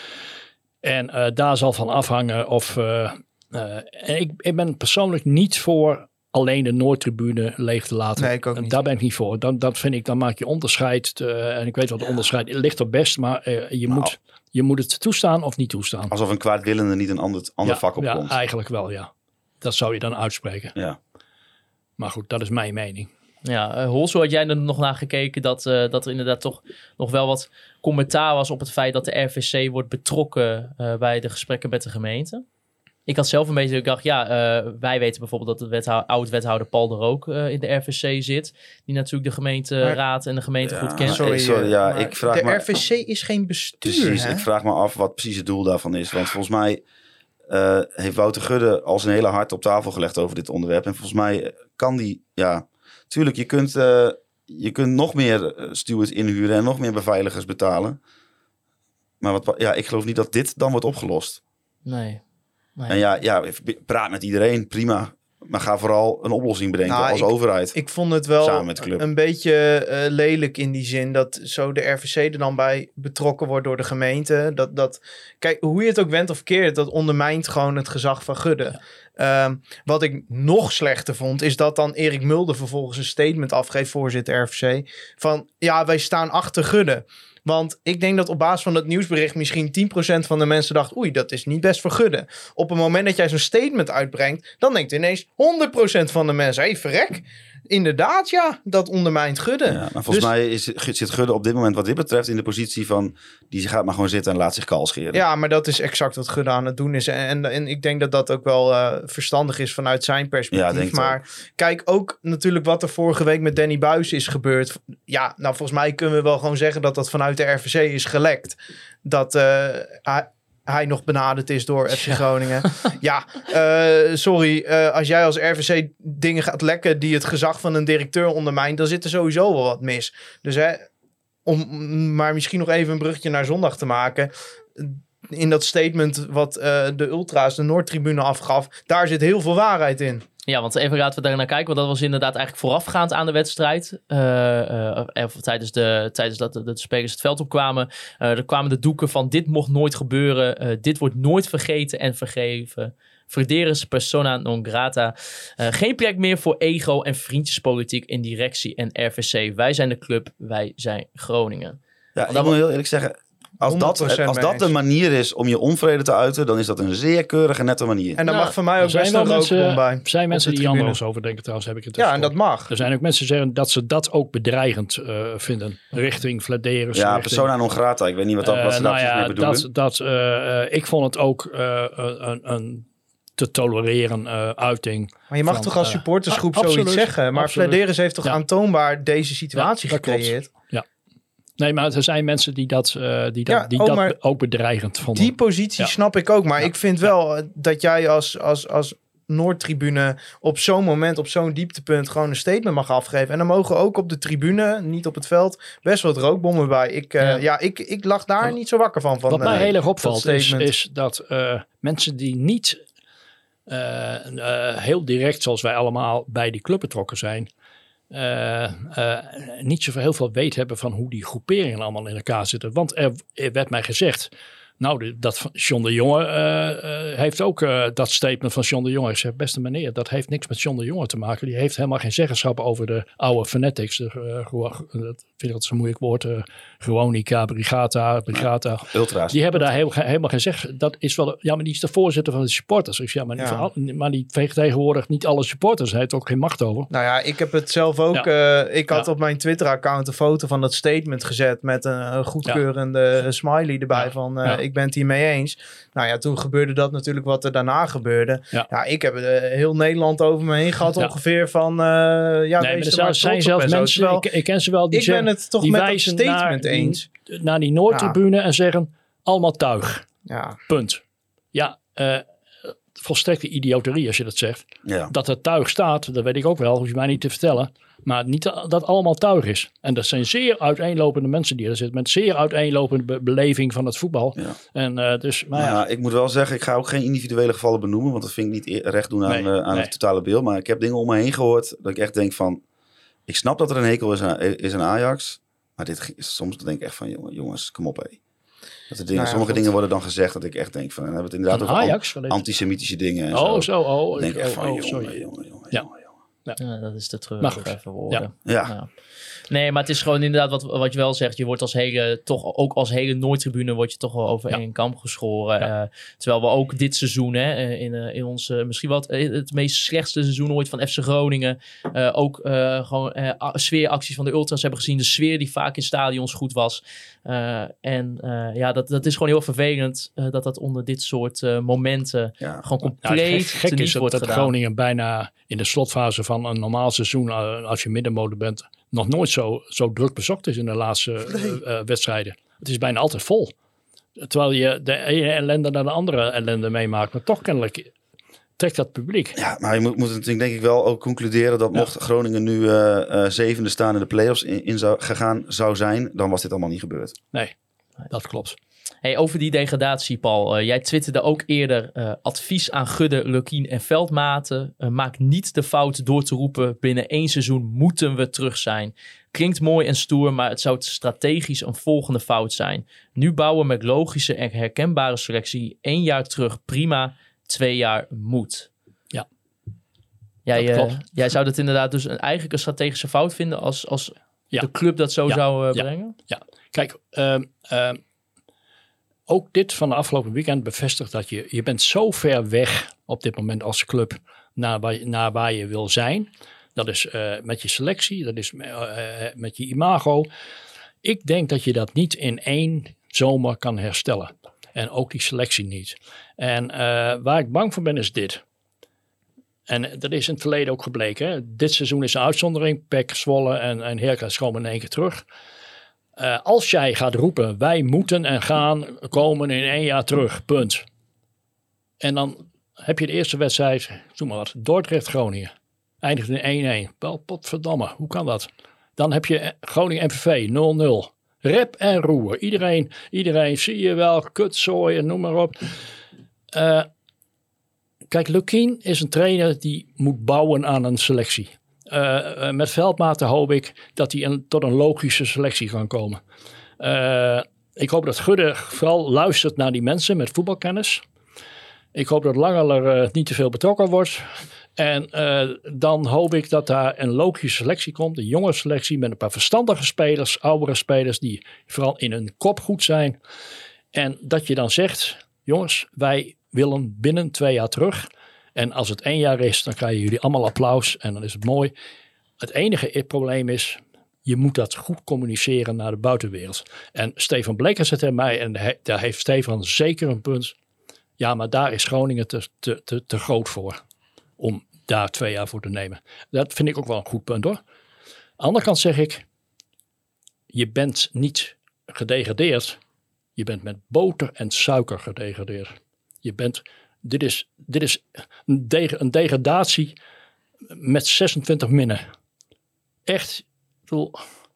En uh, daar zal van afhangen of... Uh, uh, en ik, ik ben persoonlijk niet voor alleen de Noordtribune leeg te laten. Nee, ik ook niet. Daar ben ik niet voor. Dan, dat vind ik, dan maak je onderscheid. Uh, en ik weet wat de onderscheid ligt er best, maar uh, je, Nou. moet, je moet het toestaan of niet toestaan. Alsof een kwaadwillende niet een ander, ander ja, vak ja, opkomt. eigenlijk wel, ja. Dat zou je dan uitspreken. Ja. Maar goed, dat is mijn mening. Ja, uh, Hols, hoe had jij er nog naar gekeken dat, uh, dat er inderdaad toch nog wel wat commentaar was op het feit dat de R V C wordt betrokken uh, bij de gesprekken met de gemeente? Ik had zelf een beetje, ik dacht, ja, uh, wij weten bijvoorbeeld dat de wethou- oud-wethouder Paul de Rook uh, in de R V C zit. Die natuurlijk de gemeenteraad en de gemeente Ja, goed kent. Sorry, sorry, uh, ja, maar ik vraag de me- R V C is geen bestuur, Precies, hè? ik vraag me af wat precies het doel daarvan is. Want volgens mij uh, heeft Wouter Gudde al zijn hele hart op tafel gelegd over dit onderwerp. En volgens mij kan die, ja, tuurlijk, je kunt, uh, je kunt nog meer uh, stewards inhuren en nog meer beveiligers betalen. Maar wat, ja, ik geloof niet dat dit dan wordt opgelost. Nee. nee. En ja, ja, praat met iedereen, prima. Maar ga vooral een oplossing bedenken Nou, als ik- overheid. Ik vond het wel Samen met de club. een beetje uh, lelijk in die zin dat zo de R V C er dan bij betrokken wordt door de gemeente. Dat, dat, kijk, hoe je het ook went of keert, dat ondermijnt gewoon het gezag van Gudde. Ja. Um, wat ik nog slechter vond, is dat dan Erik Mulder vervolgens een statement afgeeft, voorzitter R V C, van ja, wij staan achter Gudde. Want ik denk dat op basis van het nieuwsbericht misschien tien procent van de mensen dacht, oei, dat is niet best voor Gudde. Op het moment dat jij zo'n statement uitbrengt, dan denkt ineens honderd procent van de mensen, hé, hey, verrek. Inderdaad, ja, dat ondermijnt Gudde. Ja, maar volgens Dus- mij is, zit Gudde op dit moment wat dit betreft in de positie van, die gaat maar gewoon zitten en laat zich kaal scheren. Ja, maar dat is exact wat Gudde aan het doen is. En, en, en ik denk dat dat ook wel uh, verstandig is vanuit zijn perspectief. Ja, denk het maar kijk ook natuurlijk wat er vorige week met Danny Buis is gebeurd. Ja, nou volgens mij kunnen we wel gewoon zeggen dat dat vanuit de R V C is gelekt. Dat uh, hij, hij nog benaderd is door F C Groningen. Ja, uh, sorry. Uh, als jij als R V C dingen gaat lekken die het gezag van een directeur ondermijnt, dan zit er sowieso wel wat mis. Dus hè, om maar misschien nog even een bruggetje naar zondag te maken. In dat statement wat uh, de Ultra's de Noordtribune afgaf, daar zit heel veel waarheid in. Ja, want even laten we daar naar kijken. Want dat was inderdaad eigenlijk voorafgaand aan de wedstrijd. Uh, uh, of tijdens, de, tijdens dat de, de spelers het veld opkwamen. Uh, er kwamen de doeken van dit mocht nooit gebeuren. Uh, dit wordt nooit vergeten en vergeven. Verderes persona non grata. Uh, geen plek meer voor ego en vriendjespolitiek in directie en R V C. Wij zijn de club, wij zijn Groningen. Ja, ik moet heel eerlijk zeggen, als dat, honderd procent als mee dat eens. de manier is om je onvrede te uiten, dan is dat een zeer keurige, nette manier. En daar Nou, mag voor mij ook Er zijn best wel een rookbom bij. mensen, zijn op mensen de die tribune. anders over denken trouwens, heb ik het Ja, en tussendoor. dat mag. Er zijn ook mensen die zeggen dat ze dat ook bedreigend uh, vinden. Richting Vladeris. Ja, richting, persona non grata. Ik weet niet wat, dat, wat ze Uh, daar nou precies ja, mee bedoelen. dat, dat, uh, uh, ik vond het ook uh, een, een te tolereren uh, uiting. Maar je mag van, toch als uh, supportersgroep a- zoiets absoluut, zeggen. Maar absoluut. Vladeris heeft toch Ja. aantoonbaar deze situatie Ja, dat klopt. gecreëerd. Nee, maar er zijn mensen die dat, uh, die dat, Ja, die oh, dat maar ook bedreigend vonden. Die positie Ja. snap ik ook. Maar Ja. ik vind wel uh, dat jij als, als, als Noordtribune op zo'n moment, op zo'n dieptepunt gewoon een statement mag afgeven. En dan mogen ook op de tribune, niet op het veld, best wat rookbommen bij. Ik, uh, Ja. ja, ik, ik lag daar Wat- niet zo wakker van. van Wat mij uh, heel erg opvalt dat is, statement. is dat uh, mensen die niet uh, uh, heel direct, zoals wij allemaal, bij die club betrokken zijn, uh, uh, niet zo heel veel weet hebben van hoe die groeperingen allemaal in elkaar zitten. Want er, er werd mij gezegd, nou, dat van John de Jonge uh, uh, heeft ook uh, dat statement van John de Jonge. Ik zeg, beste meneer, dat heeft niks met John de Jonge te maken. Die heeft helemaal geen zeggenschap over de oude fanatics. De, uh, dat vind ik dat zo'n moeilijk woord. Uh, Gronica, Brigata, Brigata. Ultra's. Die hebben daar heel, helemaal geen zeg. Dat is wel, ja, maar die is de voorzitter van de supporters. Ik zeg, ja, maar, ja. Die, maar die vertegenwoordigt niet alle supporters. Hij heeft ook geen macht over. Nou ja, ik heb het zelf ook. Ja. Uh, ik had ja. op mijn Twitter-account een foto van dat statement gezet met een, een goedkeurende ja. smiley erbij ja. van uh, ja. ik ben het hiermee eens. Nou ja, toen gebeurde dat natuurlijk wat er daarna gebeurde. Ja, ja ik heb uh, heel Nederland over me heen gehad ja. ongeveer van uh, ja, nee, wees er maar zijn zelfs mensen, wel, ik, ik ken ze wel, die ik zeggen, ben het toch met dat statement naar, eens. Die, naar die Noordtribune ja. en zeggen, allemaal tuig. Ja. Punt. Ja, uh, volstrekte idioterie als je dat zegt. Ja. Dat er tuig staat, dat weet ik ook wel, hoef je mij niet te vertellen. Maar niet dat het allemaal tuig is. En dat zijn zeer uiteenlopende mensen die er zitten. Met zeer uiteenlopende be- beleving van het voetbal. Ja. En, uh, dus, maar ja. ja, ik moet wel zeggen, ik ga ook geen individuele gevallen benoemen. Want dat vind ik niet recht doen aan, nee, uh, aan nee. het totale beeld. Maar ik heb dingen om me heen gehoord dat ik echt denk van... Ik snap dat er een hekel is aan, is aan Ajax. Maar dit, soms denk ik echt van, jongens, kom op hé. Dat er dingen, nou ja, sommige goed. dingen worden dan gezegd dat ik echt denk van... Dan hebben we het inderdaad over Ajax, an- antisemitische dingen en oh, zo. zo. Oh, dan denk ik oh, echt van, oh, jongen, sorry. jongen, jongen, jongen, ja. jongen. Ja. Ja, dat is te treurig even woorden. Ja. Ja. Ja. Nee, maar het is gewoon inderdaad wat, wat je wel zegt. Je wordt als hele, toch ook als hele Noordtribune word je toch wel over één ja. kamp geschoren. Ja. Uh, terwijl we ook dit seizoen, hè, in, uh, in ons uh, misschien wel het, het meest slechtste seizoen ooit van F C Groningen. Uh, ook uh, gewoon uh, sfeeracties van de ultras hebben gezien. De sfeer die vaak in stadions goed was. Uh, en uh, ja, dat, dat is gewoon heel vervelend uh, dat dat onder dit soort uh, momenten ja. gewoon compleet nou, gek, gek is wordt dat gedaan. Groningen bijna in de slotfase van een normaal seizoen, uh, als je middenmotor bent, nog nooit zo, zo druk bezocht is in de laatste nee. uh, wedstrijden. Het is bijna altijd vol. Terwijl je de ene ellende naar de andere ellende meemaakt. Maar toch kennelijk trekt dat publiek. Ja, maar je moet, moet natuurlijk denk ik wel ook concluderen dat ja. mocht Groningen nu uh, uh, zevende staan in de play-offs in, in zou, gegaan zou zijn, dan was dit allemaal niet gebeurd. Nee, dat klopt. Hey, over die degradatie, Paul. Uh, jij twitterde ook eerder uh, advies aan Gudde, Lukien en Veldmaten. Uh, maak niet de fout door te roepen binnen één seizoen moeten we terug zijn. Klinkt mooi en stoer, maar het zou strategisch een volgende fout zijn. Nu bouwen met logische en herkenbare selectie. Één jaar terug prima, twee jaar moet. Ja, jij, dat klopt. Uh, jij zou dat inderdaad dus een, eigenlijk een strategische fout vinden als, als ja. de club dat zo ja. zou uh, ja. brengen? Ja, kijk... Um, um, Ook dit van de afgelopen weekend bevestigt dat je, je bent zo ver weg op dit moment als club naar waar, naar waar je wil zijn. Dat is uh, met je selectie, dat is uh, met je imago. Ik denk dat je dat niet in één zomer kan herstellen. En ook die selectie niet. En uh, waar ik bang voor ben is dit. En dat is in het verleden ook gebleken. Hè? Dit seizoen is een uitzondering. P E C, Zwolle en, en Heracles komen in één keer terug. Uh, als jij gaat roepen, wij moeten en gaan komen in één jaar terug, punt. En dan heb je de eerste wedstrijd, zoek maar wat, Dordrecht-Groningen. Eindigt in één-één. Wel, potverdamme, hoe kan dat? Dan heb je Groningen-M V V, nul nul. Rep en roer. Iedereen, iedereen zie je wel, kutzooien, noem maar op. Uh, kijk, Lukien is een trainer die moet bouwen aan een selectie. Uh, met Veldmaten hoop ik dat hij een, tot een logische selectie kan komen. Uh, ik hoop dat Gudde vooral luistert naar die mensen met voetbalkennis. Ik hoop dat Langeler uh, niet te veel betrokken wordt. En uh, dan hoop ik dat daar een logische selectie komt. Een jonge selectie met een paar verstandige spelers, oudere spelers die vooral in hun kop goed zijn. En dat je dan zegt, jongens, wij willen binnen twee jaar terug. En als het één jaar is, dan krijgen jullie allemaal applaus en dan is het mooi. Het enige probleem is, je moet dat goed communiceren naar de buitenwereld. En Stefan Bleker zegt tegen mij, en he, daar heeft Stefan zeker een punt. Ja, maar daar is Groningen te, te, te, te groot voor. Om daar twee jaar voor te nemen. Dat vind ik ook wel een goed punt hoor. Aan de andere kant zeg ik, je bent niet gedegradeerd. Je bent met boter en suiker gedegradeerd. Je bent... Dit is, dit is een, de, een degradatie met zesentwintig minnen. Echt. Bedoel,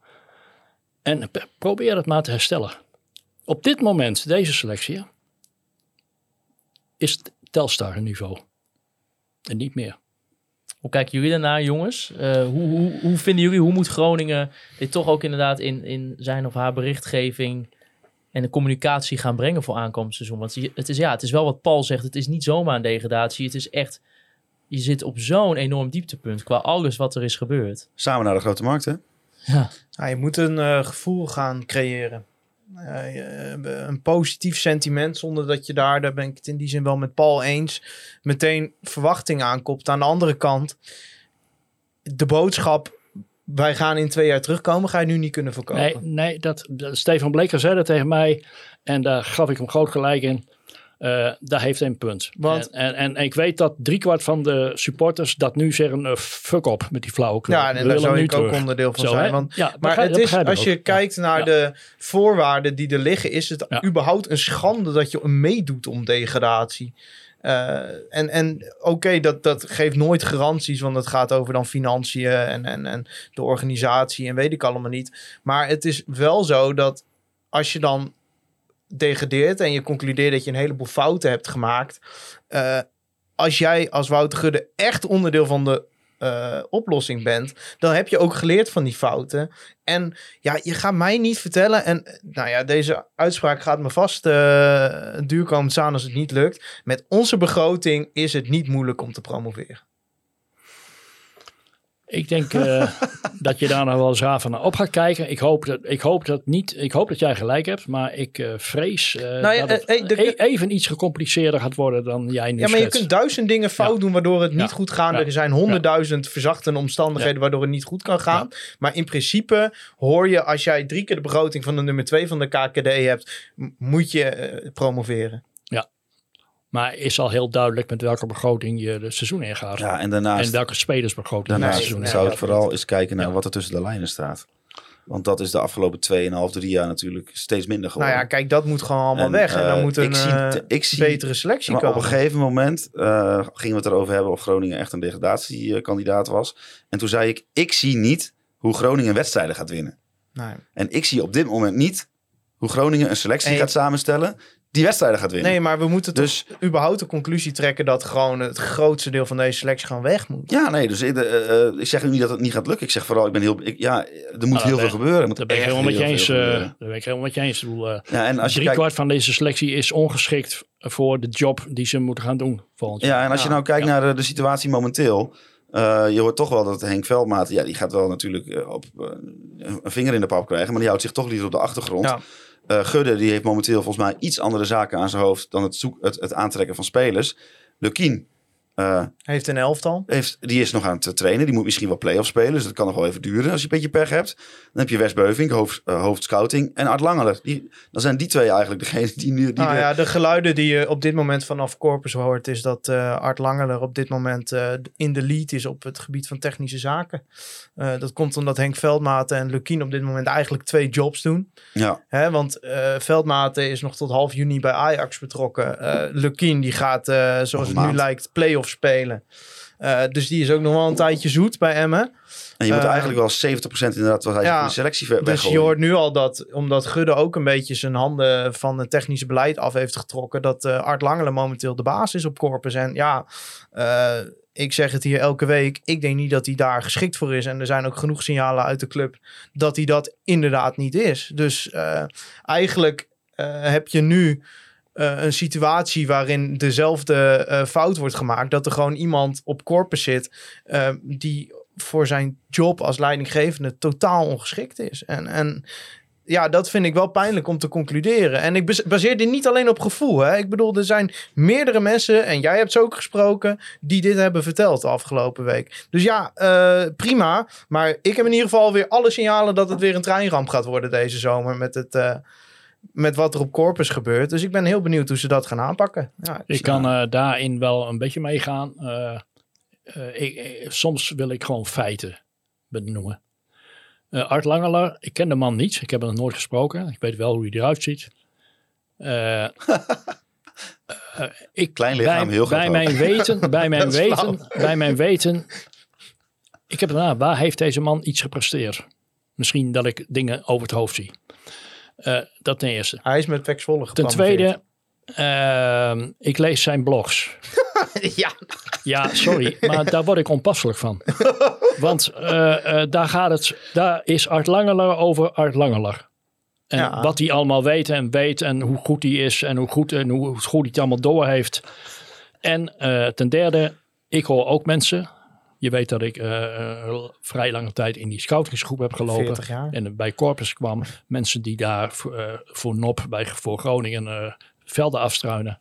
en probeer het maar te herstellen. Op dit moment, deze selectie, is het Telstar een niveau. En niet meer. Hoe kijken jullie daarnaar, jongens? Uh, hoe, hoe, hoe vinden jullie, hoe moet Groningen dit toch ook inderdaad in, in zijn of haar berichtgeving en de communicatie gaan brengen voor aankomend seizoen? Want het is, ja, het is wel wat Paul zegt, het is niet zomaar een degradatie. Het is echt, je zit op zo'n enorm dieptepunt qua alles wat er is gebeurd. Samen naar de grote markt, hè? Ja. Ja, je moet een uh, gevoel gaan creëren. Uh, een positief sentiment, zonder dat je daar, daar ben ik het in die zin wel met Paul eens, meteen verwachting aankopt. Aan de andere kant, de boodschap, wij gaan in twee jaar terugkomen, ga je nu niet kunnen verkopen. Nee, nee dat, dat, Stefan Bleker zei dat tegen mij en daar gaf ik hem groot gelijk in. Uh, daar heeft hij een punt. Want, en, en, en ik weet dat driekwart van de supporters dat nu zeggen, uh, fuck op met die flauwekul. Ja, en daar zou ik ook onderdeel van Zo, zijn. Want, ja, maar begrijp, het is, als ook. je kijkt naar ja. de voorwaarden die er liggen, is het ja. überhaupt een schande dat je meedoet om degradatie. Uh, en en oké, okay, dat, dat geeft nooit garanties, want het gaat over dan financiën en, en, en de organisatie en weet ik allemaal niet. Maar het is wel zo dat als je dan degradeert en je concludeert dat je een heleboel fouten hebt gemaakt. Uh, als jij als Wouter Gudde echt onderdeel van de uh, oplossing bent, dan heb je ook geleerd van die fouten. En ja, je gaat mij niet vertellen, en nou ja, deze uitspraak gaat me vast uh, duur komen te staan als het niet lukt. Met onze begroting is het niet moeilijk om te promoveren. Ik denk uh, dat je daar nou wel eens raar van naar op gaat kijken. Ik hoop dat, ik hoop dat niet. Ik hoop dat jij gelijk hebt, maar ik uh, vrees uh, nou ja, dat het uh, de, e- even iets gecompliceerder gaat worden dan jij nu Ja, maar schetst. Je kunt duizend dingen fout ja. doen waardoor het niet ja. goed gaat. Ja. Er zijn honderdduizend ja. verzachtende omstandigheden ja. waardoor het niet goed kan gaan. Ja. Maar in principe hoor je, als jij drie keer de begroting van de nummer twee van de K K D hebt, m- moet je uh, promoveren. Ja. Maar is al heel duidelijk met welke begroting je de seizoen ingaat. Ja, en daarnaast, en welke spelersbegroting daarnaast je seizoen zou ingaat. ik vooral eens kijken naar ja. wat er tussen de lijnen staat. Want dat is de afgelopen tweeënhalf, drie jaar natuurlijk steeds minder geworden. Nou ja, kijk, dat moet gewoon allemaal en, weg. En dan uh, moet een ik zie, uh, ik zie, betere selectie maar komen. Op een gegeven moment uh, gingen we het erover hebben of Groningen echt een degradatiekandidaat was. En toen zei ik, ik zie niet hoe Groningen wedstrijden gaat winnen. Nee. En ik zie op dit moment niet hoe Groningen een selectie nee. gaat samenstellen die wedstrijden gaat winnen. Nee, maar we moeten dus toch überhaupt de conclusie trekken dat gewoon het grootste deel van deze selectie gewoon weg moet. Ja, nee, dus ik, uh, uh, ik zeg nu niet dat het niet gaat lukken. Ik zeg vooral, ik ben heel, ik, ja, er moet ah, heel ben, veel gebeuren. Daar ben ik helemaal met je eens. Uh, daar ben ik helemaal met je eens. Uh, ja, en als je drie kijkt, kwart van deze selectie is ongeschikt voor de job die ze moeten gaan doen volgend jaar. Ja, en als ja. je nou kijkt ja. naar de, de situatie momenteel. Uh, je hoort toch wel dat Henk Veldmaat, ja, die gaat wel natuurlijk uh, op, uh, een vinger in de pap krijgen, maar die houdt zich toch liever op de achtergrond. Ja. Uh, Gudde, die heeft momenteel volgens mij iets andere zaken aan zijn hoofd dan het, zoek, het, het aantrekken van spelers. Lukien. Uh, heeft een elftal. Heeft, die is nog aan het trainen. Die moet misschien wel play-off spelen. Dus dat kan nog wel even duren als je een beetje pech hebt. Dan heb je Wes Beuvink, hoofd, uh, hoofdscouting. En Art Langeler. Die, dan zijn die twee eigenlijk degene die nu... Die nou de... ja, de geluiden die je op dit moment vanaf Corpus hoort, is dat uh, Art Langeler op dit moment uh, in de lead is op het gebied van technische zaken. Uh, dat komt omdat Henk Veldmaten en Lukien op dit moment eigenlijk twee jobs doen. Ja. Hè, want uh, Veldmaten is nog tot half juni bij Ajax betrokken. Uh, Lukien die gaat, uh, zoals het nu lijkt, play-off spelen. Uh, dus die is ook nog wel een tijdje zoet bij Emmen. En je moet uh, eigenlijk wel zeventig procent inderdaad wat hij ja, van de selectie weggooien. Dus je hoort nu al dat, omdat Gudde ook een beetje zijn handen van het technische beleid af heeft getrokken, dat uh, Art Langeler momenteel de baas is op Corpus. En ja, uh, ik zeg het hier elke week, ik denk niet dat hij daar geschikt voor is. En er zijn ook genoeg signalen uit de club dat hij dat inderdaad niet is. Dus uh, eigenlijk uh, heb je nu Uh, een situatie waarin dezelfde uh, fout wordt gemaakt. Dat er gewoon iemand op Corpus zit uh, die voor zijn job als leidinggevende totaal ongeschikt is. En, en ja, dat vind ik wel pijnlijk om te concluderen. En ik baseer dit niet alleen op gevoel. Hè? Ik bedoel, er zijn meerdere mensen, en jij hebt ze ook gesproken, die dit hebben verteld de afgelopen week. Dus ja, uh, prima. Maar ik heb in ieder geval weer alle signalen dat het weer een treinramp gaat worden deze zomer met het... Uh, met wat er op Corpus gebeurt. Dus ik ben heel benieuwd hoe ze dat gaan aanpakken. Ja, ik kan uh, daarin wel een beetje meegaan. Uh, uh, ik, ik, soms wil ik gewoon feiten benoemen. Uh, Art Langeler, ik ken de man niet. Ik heb hem nog nooit gesproken. Ik weet wel hoe hij eruit ziet. Uh, uh, ik, Klein lichaam, bij, heel groot. Bij mijn weten, bij mijn weten, bij mijn weten. Ik heb daarna, waar heeft deze man iets gepresteerd? Misschien dat ik dingen over het hoofd zie. Uh, dat ten eerste. Hij is met Pek Zwolle Ten tweede, uh, ik lees zijn blogs. ja. Ja, sorry, maar daar word ik onpasselijk van. Want uh, uh, daar, gaat het, daar is Art Langeler over Art Langeler. En Ja. wat hij allemaal weet en weet en hoe goed hij is en hoe goed, en hoe goed hij het allemaal door heeft. En uh, ten derde, ik hoor ook mensen. Je weet dat ik uh, uh, vrij lange tijd in die scoutingsgroep heb gelopen. veertig jaar. En bij Corpus kwam mensen die daar uh, voor N O P, bij, voor Groningen, uh, velden afstruinen.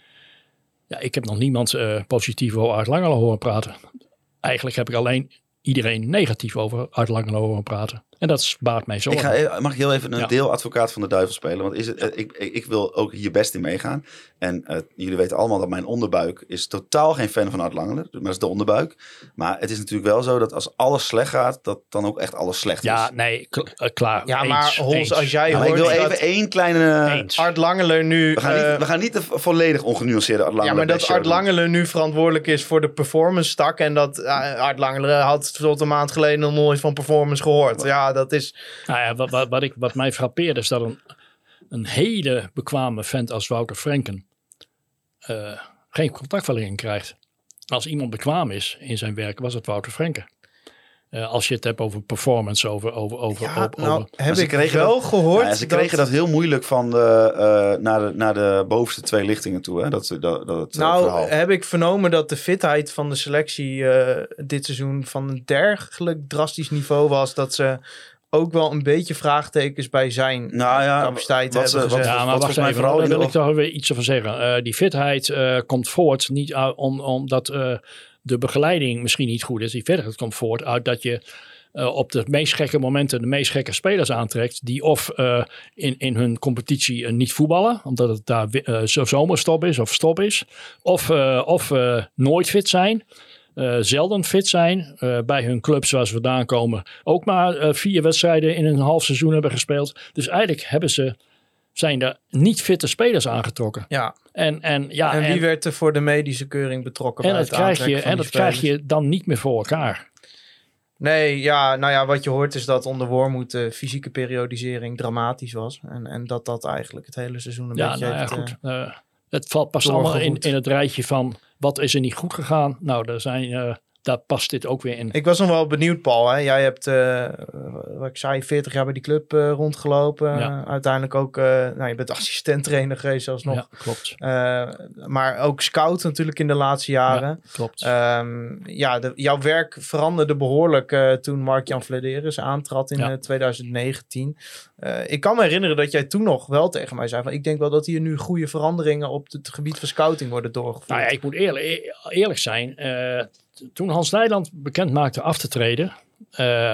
Ja, ik heb nog niemand uh, positief over Art Langeler horen praten. Eigenlijk heb ik alleen iedereen negatief over Art Langeler horen praten. En dat baart mij zo. Ik ga, even- mag ik heel even een Ja. deel advocaat van de duivel spelen? Want is het, eh, ik, ik ik wil ook hier best in meegaan. En uh, jullie weten allemaal dat mijn onderbuik is totaal geen fan van Art Langeler. Maar dat is de onderbuik. Maar het is natuurlijk wel zo dat als alles slecht gaat, dat dan ook echt alles slecht Ja, is. nee, k- uh, klaar. Ja, Eens, maar Hols, eens. als jij Ja, maar ik hoort wil dat even één kleine... Eens. Art Langeler nu... We gaan, eh, niet, we gaan niet de volledig ongenuanceerde Art Langeler ja, maar dat bashen Art doen. Langeler nu verantwoordelijk is voor de performance tak. En dat uh, Art Langeler had tot een maand geleden nog nooit van performance gehoord. Ja, dat is... Nou ja, wat, wat, wat, ik, wat mij frappeerde is dat een, een hele bekwame vent als Wouter Frenken uh, geen contactverlening krijgt. Als iemand bekwaam is in zijn werk, was het Wouter Frenken. Uh, als je het hebt over performance, over... over, over, Ja, over, nou, over heb ze ik kregen wel dat- gehoord. Ja, ze kregen dat, heel moeilijk van de, uh, naar, de, naar de bovenste twee lichtingen toe. Hè? Dat, dat, dat het, uh, Nou, verhaal. heb ik vernomen dat de fitheid van de selectie uh, dit seizoen van een dergelijk drastisch niveau was dat ze ook wel een beetje vraagtekens bij zijn Nou ja, capaciteit wat hebben ze- wat- gezet. Ja, maar wat wacht volgens mij even, vooral daar in de wil ik oog- toch weer iets over zeggen. Uh, die fitheid uh, komt voort niet uit, om, omdat uh, de begeleiding misschien niet goed is. Die fitheid komt voort uit dat je uh, op de meest gekke momenten de meest gekke spelers aantrekt. Die of uh, in, in hun competitie uh, niet voetballen, omdat het daar uh, zo zomerstop is of stop is. Of, uh, of uh, nooit fit zijn. Uh, zelden fit zijn. Uh, bij hun clubs waar ze vandaan komen ook maar uh, vier wedstrijden in een half seizoen hebben gespeeld. Dus eigenlijk hebben ze, zijn er niet fitte spelers aangetrokken. Ja. En, en, ja, en wie en, werd er voor de medische keuring betrokken en bij dat, het krijg aantrekken je, van en die dat krijg spelers? je dan niet meer voor elkaar. Nee, ja, nou ja, wat je hoort is dat onder Wormoed de fysieke periodisering dramatisch was. En, en dat dat eigenlijk het hele seizoen een Ja, beetje nou ja, heeft... goed. Uh, Uh, het valt pas allemaal in, doorgeroet. in het rijtje van wat is er niet goed gegaan. Nou, er zijn, uh, daar past dit ook weer in. Ik was nog wel benieuwd, Paul. Hè? Jij hebt, uh, wat ik zei, veertig jaar bij die club uh, rondgelopen. Ja. Uh, uiteindelijk ook, uh, nou, je bent assistent-trainer geweest zelfs nog. Ja, klopt. Uh, maar ook scout natuurlijk in de laatste jaren. Ja, klopt. Um, ja, de, jouw werk veranderde behoorlijk uh, toen Mark-Jan Vladeris aantrad in Ja. uh, twintig negentien. Uh, ik kan me herinneren dat jij toen nog wel tegen mij zei van ik denk wel dat hier nu goede veranderingen op het gebied van scouting worden doorgevoerd. Nou ja, ik moet eerlijk, eerlijk zijn. Uh, toen Hans Nijland bekend maakte af te treden, uh,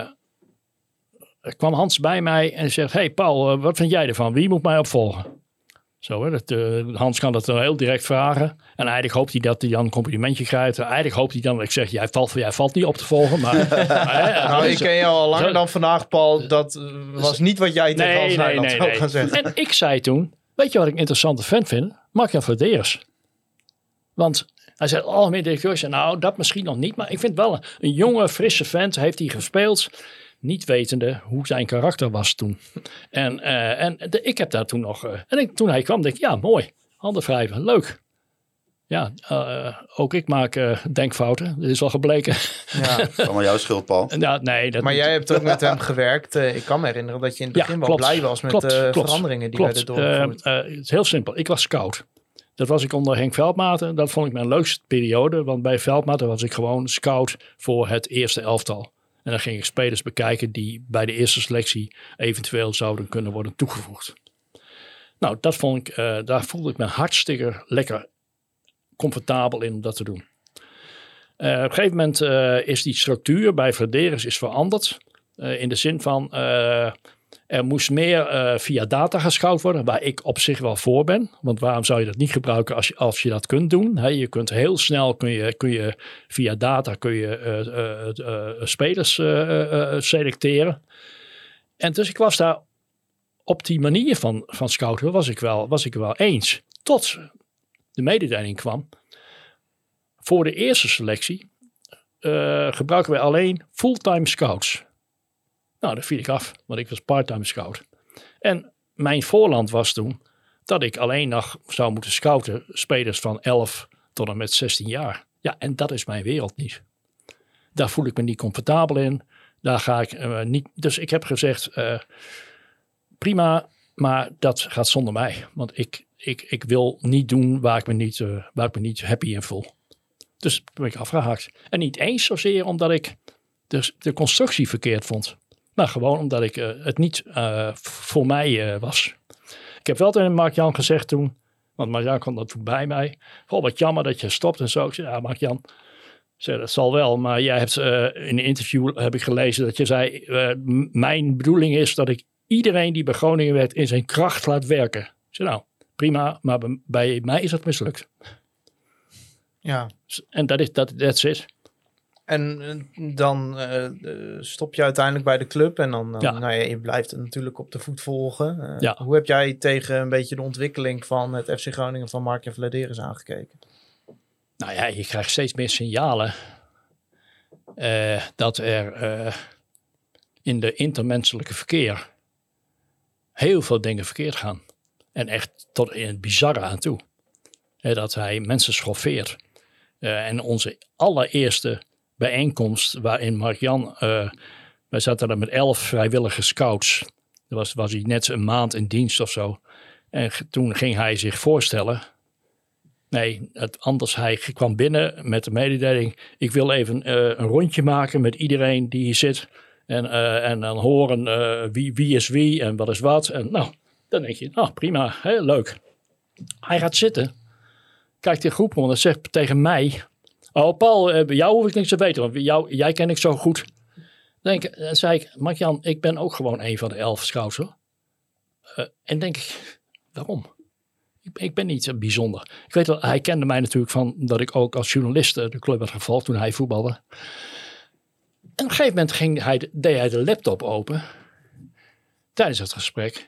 kwam Hans bij mij en zegt: Hey Paul, uh, wat vind jij ervan? Wie moet mij opvolgen? Zo, hè, dat, uh, Hans kan dat dan heel direct vragen. En eigenlijk hoopt hij dat hij dan een complimentje krijgt. Eigenlijk hoopt hij dan dat ik zeg: Jij valt, jij valt niet op te volgen. Maar, uh, nou, ik ken jou al langer zo, dan vandaag, Paul. Dat uh, was niet wat jij tegen nee, Hans nee, Nijland nee, zou nee. gaan zeggen. En ik zei toen: Weet je wat ik een interessante vent vind? Mark-Jan Vladeris. Want hij zei: algemeen directeur. zei, nou, dat misschien nog niet. Maar ik vind wel een, een jonge, frisse vent. Heeft hij gespeeld. Niet wetende hoe zijn karakter was toen. En, uh, en de, ik heb daar toen nog... Uh, en ik, toen hij kwam, dacht ik, ja, mooi. Handen wrijven, leuk. Ja, uh, ook ik maak uh, denkfouten. Dat is wel gebleken. Ja. Allemaal jouw schuld, Paul. Ja, nee, dat, Maar jij hebt ook met hem gewerkt. Uh, ik kan me herinneren dat je in het begin ja, wel klopt, blij was met klopt, de klopt, veranderingen die klopt. werden doorgevoerd. Uh, uh, het is heel simpel. Ik was scout. Dat was ik onder Henk Veldmaten. Dat vond ik mijn leukste periode. Want bij Veldmaten was ik gewoon scout voor het eerste elftal. En dan ging ik spelers bekijken die bij de eerste selectie eventueel zouden kunnen worden toegevoegd. Nou, dat vond ik, uh, daar voelde ik me hartstikke lekker comfortabel in om dat te doen. Uh, op een gegeven moment uh, is die structuur bij Vladeris is veranderd. Uh, in de zin van, uh, er moest meer uh, via data gescout worden, waar ik op zich wel voor ben. Want waarom zou je dat niet gebruiken als je, als je dat kunt doen? He, je kunt heel snel, kun je, kun je via data kun je, uh, uh, uh, spelers uh, uh, selecteren. En dus ik was daar op die manier van, van scouten, was ik, wel, was ik wel eens. Tot de mededeling kwam. Voor de eerste selectie uh, gebruiken wij alleen fulltime scouts. Nou, dat viel ik af, want ik was parttime scout. En mijn voorland was toen dat ik alleen nog zou moeten scouten spelers van elf tot en met zestien jaar. Ja, en dat is mijn wereld niet. Daar voel ik me niet comfortabel in. Daar ga ik uh, niet... Dus ik heb gezegd, uh, prima, maar dat gaat zonder mij. Want ik, ik, ik wil niet doen waar ik me niet, uh, waar ik me niet happy in voel. Dus ben ik afgehaakt. En niet eens zozeer omdat ik de, de constructie verkeerd vond. Maar gewoon omdat ik uh, het niet uh, voor mij uh, was. Ik heb wel tegen Mark-Jan gezegd toen, want Mark-Jan kwam dat toen bij mij. Goh, wat jammer dat je stopt en zo. Ik zei, ja Mark-Jan, zei, dat zal wel. Maar jij hebt uh, in een interview heb ik gelezen dat je zei, uh, m- mijn bedoeling is dat ik iedereen die bij Groningen werkt in zijn kracht laat werken. Ik zei, nou, prima, maar bij, bij mij is het mislukt. Ja. En dat is dat, that's it. En uh, dan uh, uh, stop je uiteindelijk bij de club en dan, uh, Ja. nou ja, je blijft het natuurlijk op de voet volgen. Uh, Ja. Hoe heb jij tegen een beetje de ontwikkeling van het F C Groningen van Mark-Jan Vladeris aangekeken? Nou ja, je krijgt steeds meer signalen uh, dat er uh, in de intermenselijke verkeer heel veel dingen verkeerd gaan. En echt tot in het bizarre aan toe. Uh, dat hij mensen schoffeert. Uh, en onze allereerste bijeenkomst waarin Mark-Jan, uh, wij zaten daar met elf vrijwillige scouts. Dat was, was hij net een maand in dienst of zo. En g- toen ging hij zich voorstellen. Nee, het, anders hij kwam binnen met de mededeling. Ik wil even uh, een rondje maken met iedereen die hier zit. En, uh, en dan horen uh, wie, wie is wie en wat is wat. En nou, dan denk je, nou prima, heel leuk. Hij gaat zitten. Kijkt de groep om en zegt tegen mij. Oh Paul, uh, bij jou hoef ik niks te weten. Want jou, jij ken ik zo goed. Dan denk, uh, zei ik, Mark-Jan, ik ben ook gewoon een van de elf scouts hoor. Uh, en denk ik, waarom? Ik, ik ben niet uh, bijzonder. Ik weet wel, hij kende mij natuurlijk van dat ik ook als journalist uh, de club had gevolgd toen hij voetbalde. En op een gegeven moment ging hij, deed hij de laptop open. Tijdens het gesprek.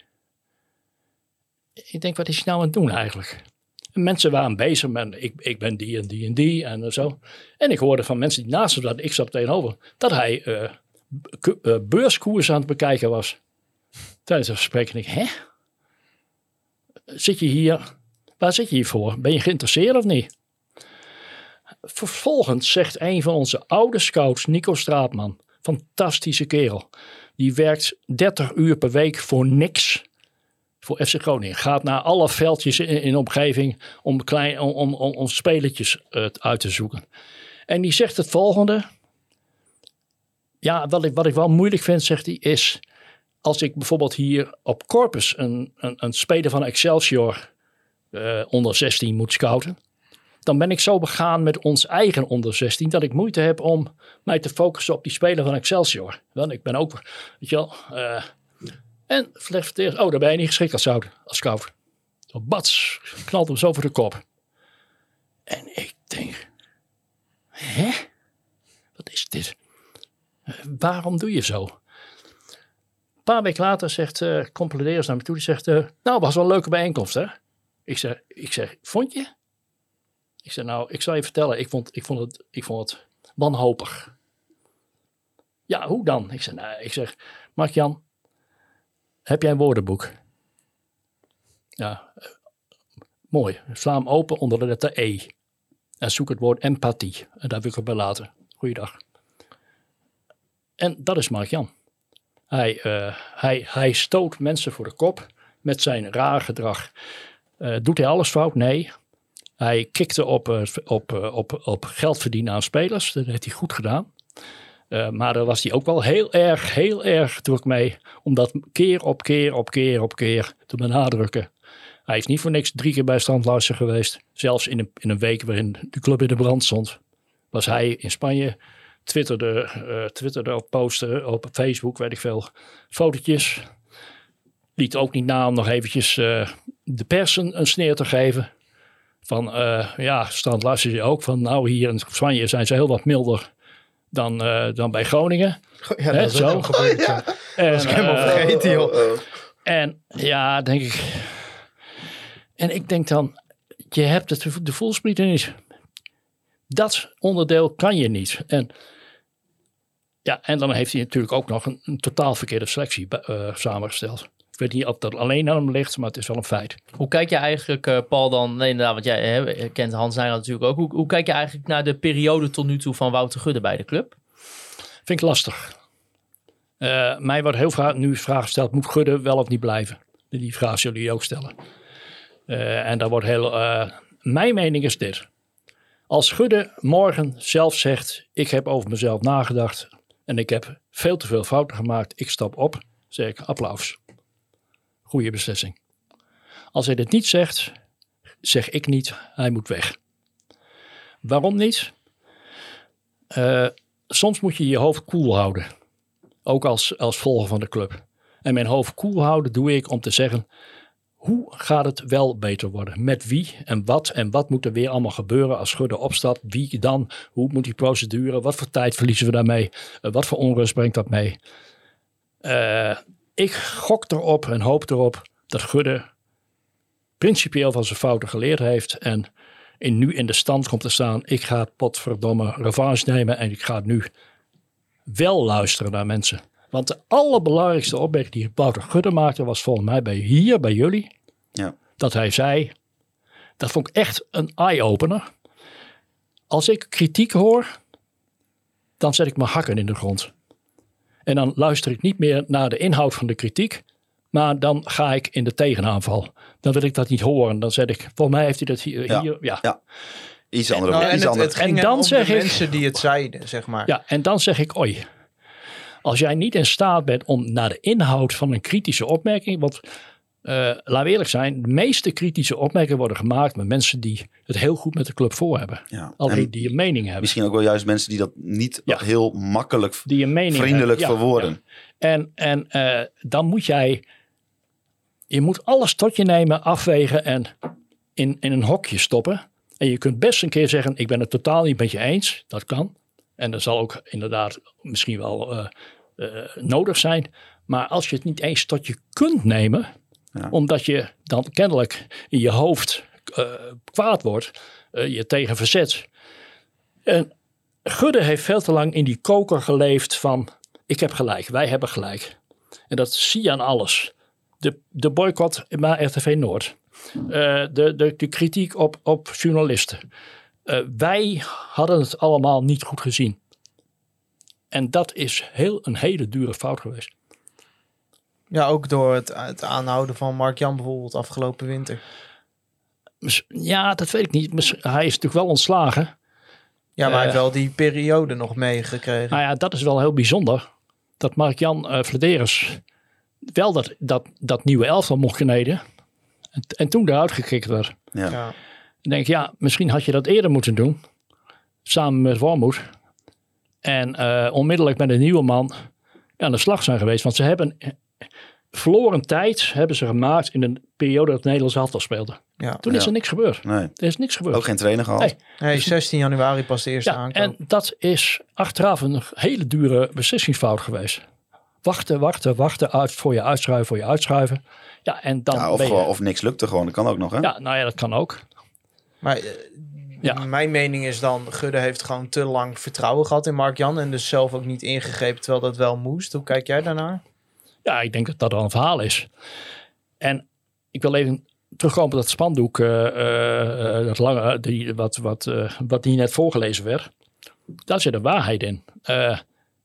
Ik denk, wat is hij nou aan het doen eigenlijk? En mensen waren bezig met, ik, ik ben die en die en die en zo. En ik hoorde van mensen die naast hem zaten, ik zat tegenover, dat hij uh, k- uh, beurskoers aan het bekijken was. Tijdens het gesprek. En ik, hè? Zit je hier? Waar zit je hier voor? Ben je geïnteresseerd of niet? Vervolgens zegt een van onze oude scouts, Nico Straatman, fantastische kerel. Die werkt dertig uur per week voor niks. Voor F C Groningen. Gaat naar alle veldjes in, in de omgeving om, klein, om, om, om, om spelertjes uh, uit te zoeken. En die zegt het volgende. Ja, wat ik, wat ik wel moeilijk vind, zegt hij, is als ik bijvoorbeeld hier op Corpus een, een, een speler van Excelsior uh, onder zestien moet scouten. Dan ben ik zo begaan met ons eigen onder zestien dat ik moeite heb om mij te focussen op die speler van Excelsior. Want ik ben ook, weet je wel... Uh, En vertelt, oh, daar ben je niet geschikt als scout. Als scout. Zo bats, knalt hem zo voor de kop. En ik denk, hè? Wat is dit? Uh, waarom doe je zo? Een paar weken later zegt, uh, komt Vladeris naar me toe. Die zegt, uh, nou, was wel een leuke bijeenkomst, hè? Ik zeg, ik zeg, vond je? Ik zeg, nou, ik zal je vertellen. Ik vond, ik vond, het, ik vond het wanhopig. Ja, hoe dan? Ik zeg, nou, ik zeg, Mark-Jan, heb jij een woordenboek? Ja, uh, mooi. Sla hem open onder de letter E. En zoek het woord empathie. En daar wil ik het bij laten. Goeiedag. En dat is Mark-Jan. Hij, uh, hij, hij stoot mensen voor de kop met zijn raar gedrag. Uh, doet hij alles fout? Nee. Hij kikte op, uh, op, uh, op, op geld verdienen aan spelers. Dat heeft hij goed gedaan. Uh, maar daar was hij ook wel heel erg, heel erg druk mee. Om dat keer op keer op keer op keer te benadrukken. Hij is niet voor niks drie keer bij Strandluister geweest. Zelfs in een, in een week waarin de club in de brand stond. Was hij in Spanje. Twitterde, uh, twitterde op posten op Facebook, weet ik veel, fotootjes. Liet ook niet na om nog eventjes uh, de pers een, een sneer te geven. Van uh, ja, Strandluister zei ook van nou hier in Spanje zijn ze heel wat milder dan, uh, dan bij Groningen. Ja, Hè, dat is zo. ook zo gebeurd. Ja. En, Dat is helemaal uh, vergeten, joh. En ja, denk ik. En ik denk dan, je hebt het, de voelsprieten niet. Dat onderdeel kan je niet. En ja, en dan heeft hij natuurlijk ook nog een, een totaal verkeerde selectie uh, samengesteld. Ik weet niet of dat alleen aan hem ligt, maar het is wel een feit. Hoe kijk je eigenlijk, uh, Paul, dan... Nee, nou, want jij hè, kent Hans Nijland natuurlijk ook. Hoe, hoe kijk je eigenlijk naar de periode tot nu toe van Wouter Gudde bij de club? Vind ik lastig. Uh, mij wordt heel vaak nu vraag gesteld, moet Gudde wel of niet blijven? Die vraag zullen jullie ook stellen. Uh, en daar wordt heel... Uh, mijn mening is dit. Als Gudde morgen zelf zegt, ik heb over mezelf nagedacht en ik heb veel te veel fouten gemaakt, ik stap op, zeg ik applaus. Goeie beslissing. Als hij dit niet zegt, zeg ik niet, hij moet weg. Waarom niet? Uh, soms moet je je hoofd koel houden. Ook als, als volger van de club. En mijn hoofd koel houden doe ik om te zeggen, hoe gaat het wel beter worden? Met wie en wat? En wat moet er weer allemaal gebeuren als Gudde opstapt? Wie dan? Hoe moet die procedure? Wat voor tijd verliezen we daarmee? Uh, wat voor onrust brengt dat mee? Uh, ik gok erop en hoop erop dat Gudde principieel van zijn fouten geleerd heeft en in, nu in de stand komt te staan. Ik ga potverdomme revanche nemen en ik ga nu wel luisteren naar mensen. Want de allerbelangrijkste opmerking die Wouter Gudde maakte was volgens mij bij hier, bij jullie. Ja. Dat hij zei, dat vond ik echt een eye-opener. Als ik kritiek hoor, dan zet ik mijn hakken in de grond. En dan luister ik niet meer naar de inhoud van de kritiek, maar dan ga ik in de tegenaanval. Dan wil ik dat niet horen. Dan zeg ik, volgens mij heeft hij dat hier. Ja. hier ja. ja. Iets andere. Nou, en iets het, andere. het ging En dan om zeg de ik- mensen die het zeiden, zeg maar. Ja, en dan zeg ik, oei. Als jij niet in staat bent om naar de inhoud van een kritische opmerking, want uh, laten we eerlijk zijn, de meeste kritische opmerkingen worden gemaakt met mensen die het heel goed met de club voor hebben. Ja. Alleen En die een mening hebben. misschien ook wel juist mensen die dat niet Ja. heel makkelijk, Die een mening vriendelijk hebben. Ja, verwoorden. ja. En, en uh, dan moet jij, je moet alles tot je nemen, afwegen en in, in een hokje stoppen. En je kunt best een keer zeggen, ik ben het totaal niet met je eens. Dat kan. En dat zal ook inderdaad misschien wel uh, uh, nodig zijn. Maar als je het niet eens tot je kunt nemen, Ja. omdat je dan kennelijk in je hoofd uh, kwaad wordt, uh, je tegen verzet. En Gudde heeft veel te lang in die koker geleefd van, ik heb gelijk, wij hebben gelijk. En dat zie je aan alles. De, de boycott bij R T V Noord. Uh, de, de, de kritiek op, op journalisten. Uh, wij hadden het allemaal niet goed gezien. En dat is heel, een hele dure fout geweest. Ja, ook door het, het aanhouden van Mark-Jan bijvoorbeeld afgelopen winter. Mis- Ja, dat weet ik niet. Mis- Hij is natuurlijk wel ontslagen. Ja, maar hij Eh. heeft wel die periode nog meegekregen. Nou ja, dat is wel heel bijzonder. Dat Mark-Jan uh, Vladeres wel dat, dat, dat nieuwe elftal mocht kneden. En, en toen eruit gekikt werd. Ja. Ja. Dan denk ik, ja, misschien had je dat eerder moeten doen. Samen met Wormoed. En uh, onmiddellijk met een nieuwe man aan de slag zijn geweest. Want ze hebben verloren tijd hebben ze gemaakt in een periode dat het Nederlands elftal speelde. Ja. Toen is Ja. er niks gebeurd. Nee. Er is niks gebeurd. Ook geen trainer gehad. Nee. Nee, zestien januari pas de eerste Ja, aankoop. en dat is achteraf een hele dure beslissingsfout geweest. Wachten, wachten, wachten uit, voor je uitschuiven, voor je uitschuiven. Ja, en dan Ja, of, ben je- gewoon, of niks lukte gewoon. Dat kan ook nog, hè? Ja, nou ja, dat kan ook. Maar eh, Ja. mijn mening is dan, Gudde heeft gewoon te lang vertrouwen gehad in Mark-Jan. En dus zelf ook niet ingegrepen, terwijl dat wel moest. Hoe kijk jij daarnaar? Ja, ik denk dat dat al een verhaal is. En ik wil even terugkomen op dat spandoek, uh, uh, dat lange, die, wat, wat, uh, wat hier net voorgelezen werd. Daar zit een waarheid in. Uh,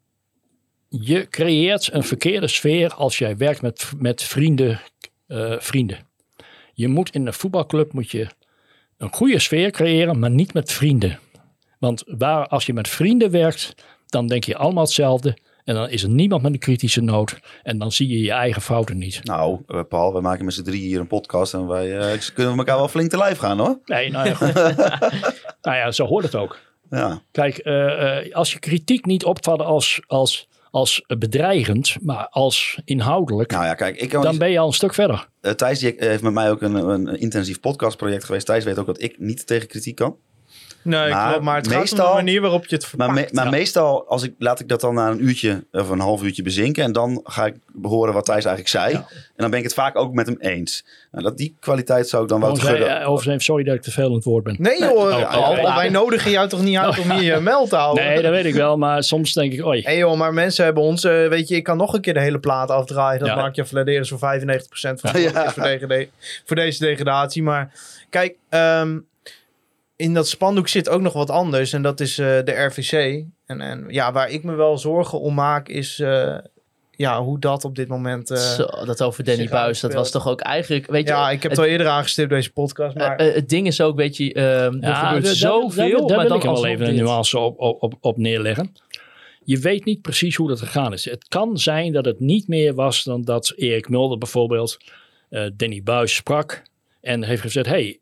je creëert een verkeerde sfeer als jij werkt met, met vrienden, uh, vrienden. Je moet in een voetbalclub moet je een goede sfeer creëren, maar niet met vrienden. Want waar, als je met vrienden werkt, dan denk je allemaal hetzelfde. En dan is er niemand met een kritische noot. En dan zie je je eigen fouten niet. Nou, uh, Paul, we maken met z'n drie hier een podcast. En wij uh, kunnen elkaar wel flink te lijf gaan, hoor. Nee, nou ja, goed. nou ja, zo hoort het ook. Ja. Kijk, uh, uh, als je kritiek niet opvat als, als, als bedreigend, maar als inhoudelijk, Nou ja, kijk, ik kan dan niet- ben je al een stuk verder. Uh, Thijs die heeft met mij ook een, een intensief podcastproject geweest. Thijs weet ook dat ik niet tegen kritiek kan. Nee, Maar klopt, maar het gaat meestal- om de manier waarop je het Maar, verpakt. me- maar ja. meestal als ik, laat ik dat dan na een uurtje of een half uurtje bezinken. En dan ga ik horen wat Thijs eigenlijk zei. Ja. En dan ben ik het vaak ook met hem eens. Nou, dat, die kwaliteit zou ik dan wel Overigens, terug... eh, overigens, sorry dat ik te veel aan het woord ben. Nee joh, Oh, Al, oké. Al, wij nodigen jou toch niet uit om hier je meld te houden? Nee, dat weet ik wel, maar soms denk ik, oei. Hé joh, maar mensen hebben ons, eh, weet je, ik kan nog een keer de hele plaat afdraaien. Dat Ja. maakt je Vladeris voor vijfennegentig procent van de Ja. ja. voor, de, voor deze degradatie. Maar kijk, ehm, in dat spandoek zit ook nog wat anders. En dat is eh, de R V C. En, en ja, waar ik me wel zorgen om maak is eh, ja, hoe dat op dit moment... eh, Zo, dat over Danny zich Buis, dat uitspeelt. was toch ook eigenlijk... Weet je, ja, ik heb het het, al eerder aangestipt deze podcast. Maar eh, eh, het ding is ook, weet je, uh, er Ja, gebeurt daar- zoveel, daar, daar maar wil dan ik er wel alsnog even een dit. nuance op, op, op, op neerleggen. Je weet niet precies hoe dat gegaan is. Het kan zijn dat het niet meer was dan dat Erik Mulder bijvoorbeeld uh, Danny Buis sprak en heeft gezegd, hey,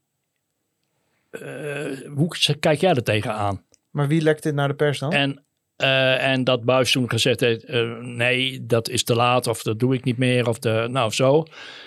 uh, hoe kijk jij er tegenaan? maar wie lekt dit naar de pers dan? En, uh, en dat Buis toen gezegd heeft, uh, nee, dat is te laat of dat doe ik niet meer of de, nou zo.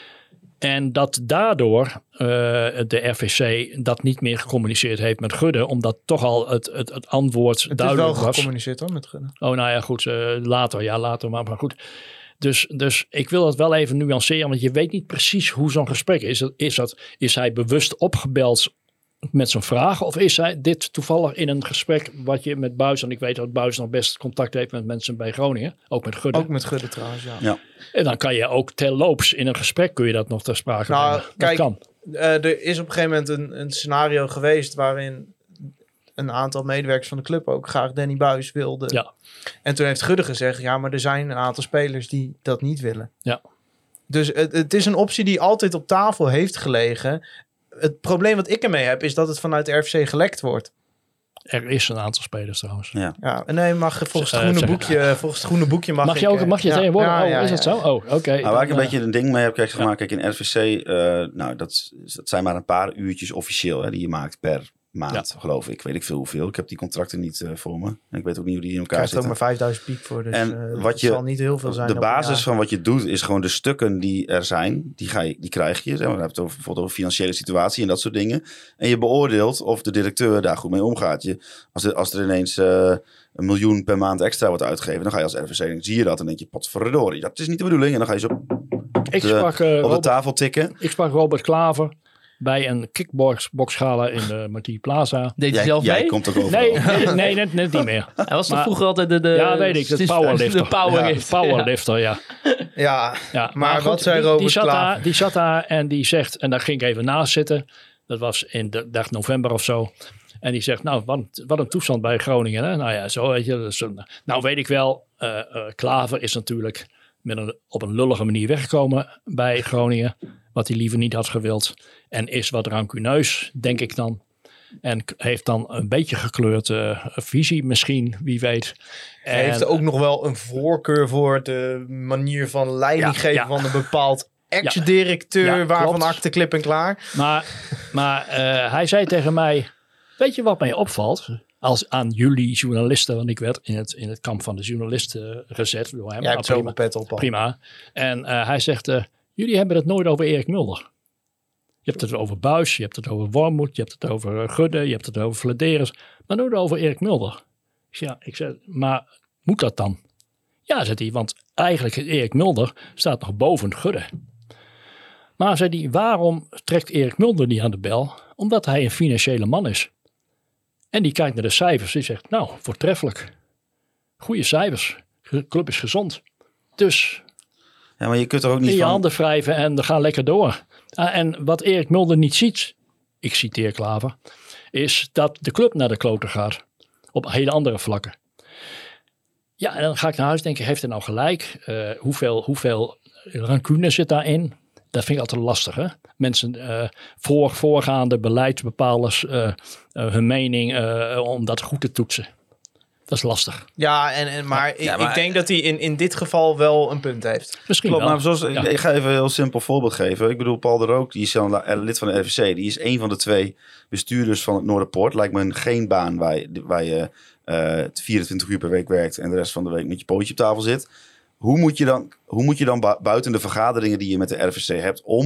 En dat daardoor uh, de R V C dat niet meer gecommuniceerd heeft met Gudde, omdat toch al het, het, het antwoord het duidelijk is wel was. gecommuniceerd hoor, met Gunne. Oh, nou ja, goed, uh, later, ja, later, maar, maar goed. Dus, dus ik wil dat wel even nuanceren, want je weet niet precies hoe zo'n gesprek is. Is, dat, is hij bewust opgebeld met zijn vragen, of is hij dit toevallig in een gesprek wat je met Buis, en ik weet dat Buis nog best contact heeft met mensen bij Groningen, ook met Gudde. Ook met Gudde trouwens, ja. Ja. En dan kan je ook terloops in een gesprek kun je dat nog ter sprake Nou, brengen. Dat kijk, kan. Uh, er is op een gegeven moment een, een scenario geweest waarin een aantal medewerkers van de club ook graag Danny Buis wilde. Ja. En toen heeft Gudde gezegd, ja, maar er zijn een aantal spelers die dat niet willen. Ja. Dus het, het is een optie die altijd op tafel heeft gelegen. Het probleem wat ik ermee heb, is dat het vanuit de R V C gelekt wordt. Er is een aantal spelers trouwens. Ja. Ja, nee, mag volgens het Uh, groene zeg- boekje, volgens het groene boekje mag, Mag je ik, ook, eh, mag je ja, tegenwoordig? ja, oh, ja, is ja. dat zo? Oh, oké. Nou, waar ik een Dan, beetje een ding mee heb, kijk, zeg maar, kijk in R V C, uh, nou, dat, is- dat zijn maar een paar uurtjes officieel hè, die je maakt per maand, geloof ik. Weet ik veel hoeveel. Ik heb die contracten niet uh, voor me. En ik weet ook niet hoe die in elkaar Krijgt ook zitten. maar vijfduizend piek voor, dus En uh, wat het je- zal niet heel veel zijn. De op een basis jaar. van wat je doet is gewoon de stukken die er zijn, die, ga je, die krijg je. Zeg maar. Dan heb je het over, bijvoorbeeld over financiële situatie en dat soort dingen. En je beoordeelt of de directeur daar goed mee omgaat. Je, als, er, als er ineens uh, een miljoen per maand extra wordt uitgegeven, dan ga je als R V C, dan zie je dat en denk je, potverdorie, dat is niet de bedoeling. En dan ga je zo ik, de- sprak, uh, op de Robert, tafel tikken. ik sprak Robert Klaver bij een kickboxgala in de Martie Plaza. Deed hij Jij, zelf jij mee? komt ook over. Nee, nee, nee net, net niet meer. Hij was toch Maar- vroeger altijd de... de Ja, weet ik. De powerlifter. De powerlifter. Ja, powerlifter, ja. Ja, ja. Maar wat goed, zei die- Robert die zat, Klaver? daar, die zat daar en die zegt, en daar ging ik even naast zitten. Dat was in de dag november of zo. En die zegt, nou, wat, een- wat een toestand bij Groningen. Hè? Nou ja, zo weet je. Dus, een- nou weet ik wel, uh, uh, Klaver is natuurlijk met een, op een lullige manier weggekomen bij Groningen. Wat hij liever niet had gewild. En is wat rancuneus, denk ik dan. En k- heeft dan een beetje gekleurd uh, visie misschien, wie weet. Hij heeft En- ook nog wel een voorkeur voor de manier van leiding Ja, geven ja. van een bepaald ex-directeur, Ja, waarvan klopt. akte klip en klaar. Maar, maar uh, hij zei tegen mij, weet je wat mij opvalt? Als aan jullie journalisten, want ik werd in het, in het kamp van de journalisten uh, gezet door hem. Jij hebt Nou, zoveel pet op al. prima. En uh, hij zegt, uh, jullie hebben het nooit over Erik Mulder. Je hebt het over Buis, je hebt het over Wormoed, je hebt het over uh, Gudde, je hebt het over Vladeris, maar nooit over Erik Mulder. Ik zei, ja, ik zei, maar moet dat dan? Ja, zegt hij, want eigenlijk Erik Mulder staat nog boven Gudde. Maar zei hij, waarom trekt Erik Mulder niet aan de bel? Omdat hij een financiële man is. En die kijkt naar de cijfers. Die zegt, nou, voortreffelijk. Goeie cijfers. De club is gezond. Dus Ja, maar je kunt er ook niet in je van... handen wrijven en we gaan lekker door. Ah, en wat Erik Mulder niet ziet, ik citeer Klaver, is dat de club naar de kloten gaat. Op hele andere vlakken. Ja, en dan ga ik naar huis denken, heeft hij nou gelijk? Uh, hoeveel, hoeveel rancune zit daarin? Dat vind ik altijd lastig. Hè? Mensen, uh, voor, voorgaande beleidsbepalers, uh, uh, hun mening, uh, om dat goed te toetsen. Dat is lastig. Ja, en, en, maar, ik, Ja, maar- ik denk dat hij in, in dit geval wel een punt heeft. Misschien Klopt, wel. maar zoals, Ja. ik, ik ga even een heel simpel voorbeeld geven. Ik bedoel, Paul de Rook, die is dan la- lid van de R V C. Die is een van de twee bestuurders van het Noorderpoort. Lijkt me een geen baan waar je, waar je uh, vierentwintig uur per week werkt en de rest van de week met je pootje op tafel zit. Hoe moet je dan, hoe moet je dan bu- buiten de vergaderingen die je met de R V C hebt om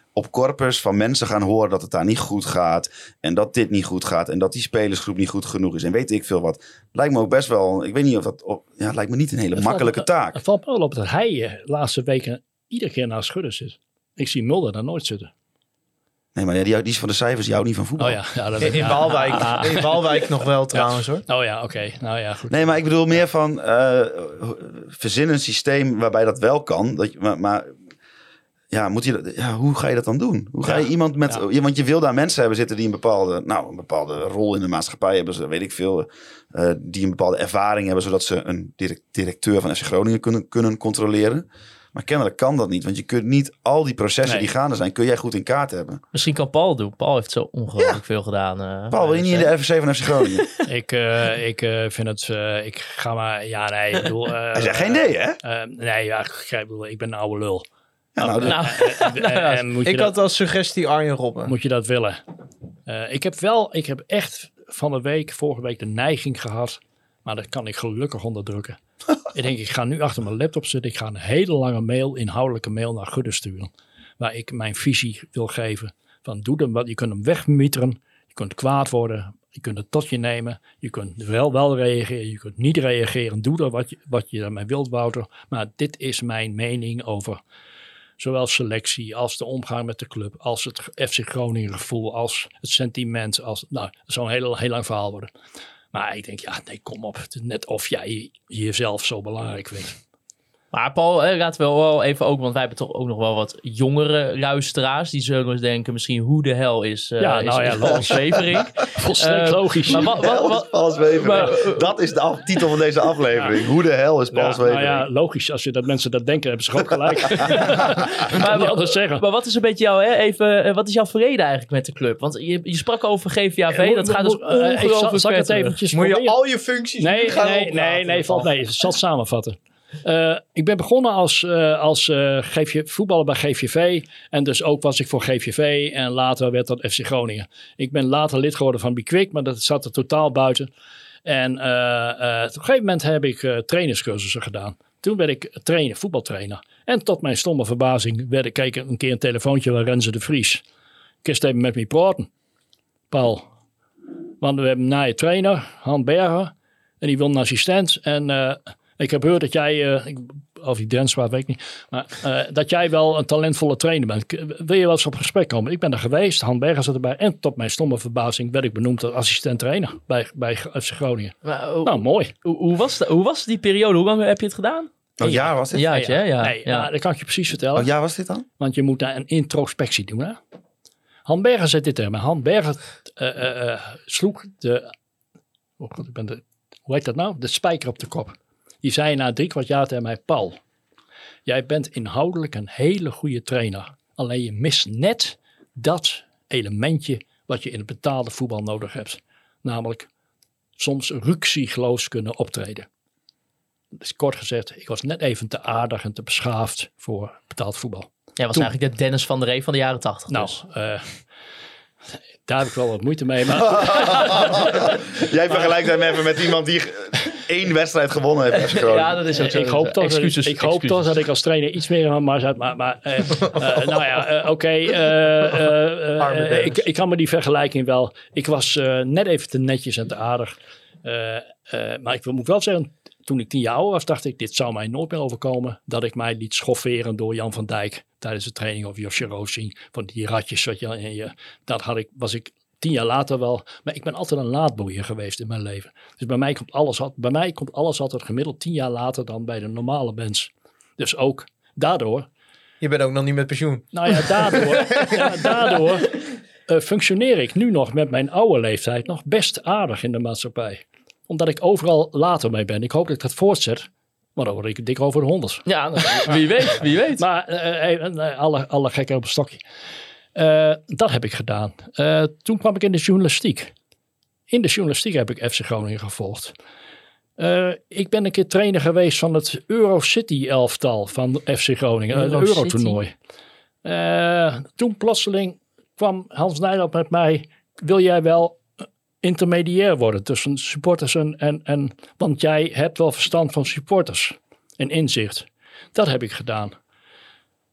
op corpus van mensen gaan horen dat het daar niet goed gaat. En dat dit niet goed gaat. En dat die spelersgroep niet goed genoeg is. En weet ik veel wat. Lijkt me ook best wel, ik weet niet of dat, op, ja, het lijkt me niet een hele Het makkelijke valt, taak. Het valt me wel op dat hij de laatste weken iedere keer naast Schudder zit. Ik zie Mulder daar nooit zitten. Nee, maar ja, die, die is van de cijfers, die houdt niet van voetbal. Oh ja, ja dat In, in, ja. Waalwijk, Ah. in Waalwijk nog wel trouwens hoor. Oh ja, oké. Okay. Nou ja, goed. Nee, maar ik bedoel meer van uh, verzin een systeem waarbij dat wel kan. Dat je, maar, maar ja, moet je, dat- ja, hoe ga je dat dan doen? Hoe ga je Ja. iemand met... Ja. Ja, want je wil daar mensen hebben zitten die een bepaalde, nou, een bepaalde rol in de maatschappij hebben. Ze, weet ik veel. Uh, die een bepaalde ervaring hebben, zodat ze een direct, directeur van F C Groningen kunnen, kunnen controleren. Maar kennelijk kan dat niet. Want je kunt niet al die processen Nee. die gaande zijn, kun jij goed in kaart hebben. Misschien kan Paul doen. Paul heeft zo ongelooflijk veel gedaan. eh. Paul, wil je niet in de F C van F C Groningen? Ik, uh, ik uh, vind het... Uh, ik ga maar... Ja, nee. Ik bedoel... Uh, Hij zegt geen idee, hè? Uh, nee, ja, ik, ik bedoel, ik ben een oude lul. Ja, nou, Nou, En- en- en- en moet je Ik dat- had als suggestie Arjen Robben. Moet je dat willen? Uh, ik heb wel, ik heb echt van de week, vorige week de neiging gehad, maar dat kan ik gelukkig onderdrukken. Ik denk, ik ga nu achter mijn laptop zitten, ik ga een hele lange mail, inhoudelijke mail naar Gudde sturen, waar ik mijn visie wil geven. Van doe hem wat, je kunt hem wegmieteren, je kunt kwaad worden, je kunt het tot je nemen, je kunt wel wel reageren, je kunt niet reageren, doe er wat je, wat je daarmee wilt, Wouter. Maar dit is mijn mening over zowel selectie als de omgang met de club, als het F C Groningen gevoel, als het sentiment. Als, nou, dat zou een heel, heel lang verhaal worden. Maar ik denk, ja, nee, kom op. Het is net of jij jezelf zo belangrijk vindt. Maar Paul, eh, laten we wel even ook, want wij hebben toch ook nog wel wat jongere luisteraars. Die zullen eens denken, misschien hoe de hel is, uh, Ja, is, nou ja, is Paul Zweverink. Volstrekt Eh, logisch. Maar wat, wat, wat, Paul Zweverink. maar, Dat is de af- titel van deze aflevering. Hoe de hel is Paul ja, Zweverink? nou ja, logisch. Als je dat mensen dat denken, hebben ze ook gelijk. Ik kan niet anders zeggen. maar wat is een beetje jouw, hè, even, eh, wat is jouw verleden eigenlijk met de club? Want je, je sprak over G V A V, dat gaat dus Moet- moet- eh, ik zal- ongelooflijk zal ik ver het terug. eventjes Moet je proberen? al je functies nu Nee, gaan nee, oppraten? nee, nee, valt mee. Ik zal het samenvatten. Uh, ik ben begonnen als, uh, als uh, G V, voetballer bij G V V. En dus ook was ik voor G V V. En later werd dat F C Groningen. Ik ben later lid geworden van Bikwik, maar dat zat er totaal buiten. En uh, uh, op een gegeven moment heb ik uh, trainerscursussen gedaan. Toen werd ik trainer, voetbaltrainer. En tot mijn stomme verbazing werd ik, kreeg ik een keer een telefoontje van Renze de Vries. Kist even met me praten. Paul. Want we hebben een nieuwe trainer, Han Berger. En die wil een assistent. En uh, ik heb gehoord dat jij, uh, ik, of die Drents was, weet ik niet. Maar uh, dat jij wel een talentvolle trainer bent. K- Wil je wel eens op gesprek komen? Ik ben er geweest. Han Berger zat erbij. En tot mijn stomme verbazing werd ik benoemd als assistent trainer bij, bij F C Groningen. Maar, hoe, Nou, mooi. hoe, hoe, was de, hoe was die periode? Hoe lang heb je het gedaan? Wat jaar was dit? Een jaartje, hè? Ja. Nee, ja. maar dat kan ik je precies vertellen. Wat jaar was dit dan? Want je moet daar een introspectie doen. Hè? Han Berger zit dit er. Maar Han Berger uh, uh, uh, sloeg de, oh God, ik ben de... Hoe heet dat nou? De spijker op de kop. Die zei na drie kwart jaar tegen mij: Paul, jij bent inhoudelijk een hele goede trainer. Alleen je mist net dat elementje wat je in het betaalde voetbal nodig hebt. Namelijk soms ruksigloos kunnen optreden. Dus kort gezegd, ik was net even te aardig en te beschaafd voor betaald voetbal. Jij was Toen- eigenlijk de Dennis van der Ree van de jaren tachtig. Nou, Dus. uh, daar heb ik wel wat moeite mee. Maar Jij vergelijkt hem even met iemand die één wedstrijd gewonnen heeft. F C Groningen. Ja, dat is ook zo. ik hoop, toch, dat, excuses, ik hoop excuses. toch dat ik als trainer iets meer aan Mars had. Maar, maar uh, uh, nou ja, uh, oké. Okay, uh, uh, Arme uh, Dennis. ik, ik kan me die vergelijking wel. Ik was uh, net even te netjes en te aardig. Uh, uh, maar ik moet wel zeggen, toen ik tien jaar oud was, dacht ik, dit zou mij nooit meer overkomen. Dat ik mij liet schofferen door Jan van Dijk tijdens de training of Josje Roosing. Van die ratjes. Wat je, en je, dat had ik, was ik tien jaar later wel. Maar ik ben altijd een laadboeier geweest in mijn leven. Dus bij mij komt alles, bij mij komt alles altijd gemiddeld tien jaar later dan bij de normale mens. Dus ook daardoor. Je bent ook nog niet met pensioen. Nou ja, daardoor, ja, daardoor uh, functioneer ik nu nog met mijn oude leeftijd nog best aardig in de maatschappij. Omdat ik overal later mee ben. Ik hoop dat ik dat voortzet. Maar dan word ik dik over de honderd. Ja, nou, wie weet, wie weet. Maar uh, uh, alle, alle gekken op een stokje. Uh, dat heb ik gedaan. Uh, toen kwam ik in de journalistiek. In de journalistiek heb ik F C Groningen gevolgd. Uh, ik ben een keer trainer geweest van het Eurocity elftal van F C Groningen. Het Eurocity? Eurotoernooi. Uh, toen plotseling kwam Hans Nijland met mij. Wil jij wel intermediair worden tussen supporters en, en, en... Want jij hebt wel verstand van supporters en inzicht. Dat heb ik gedaan.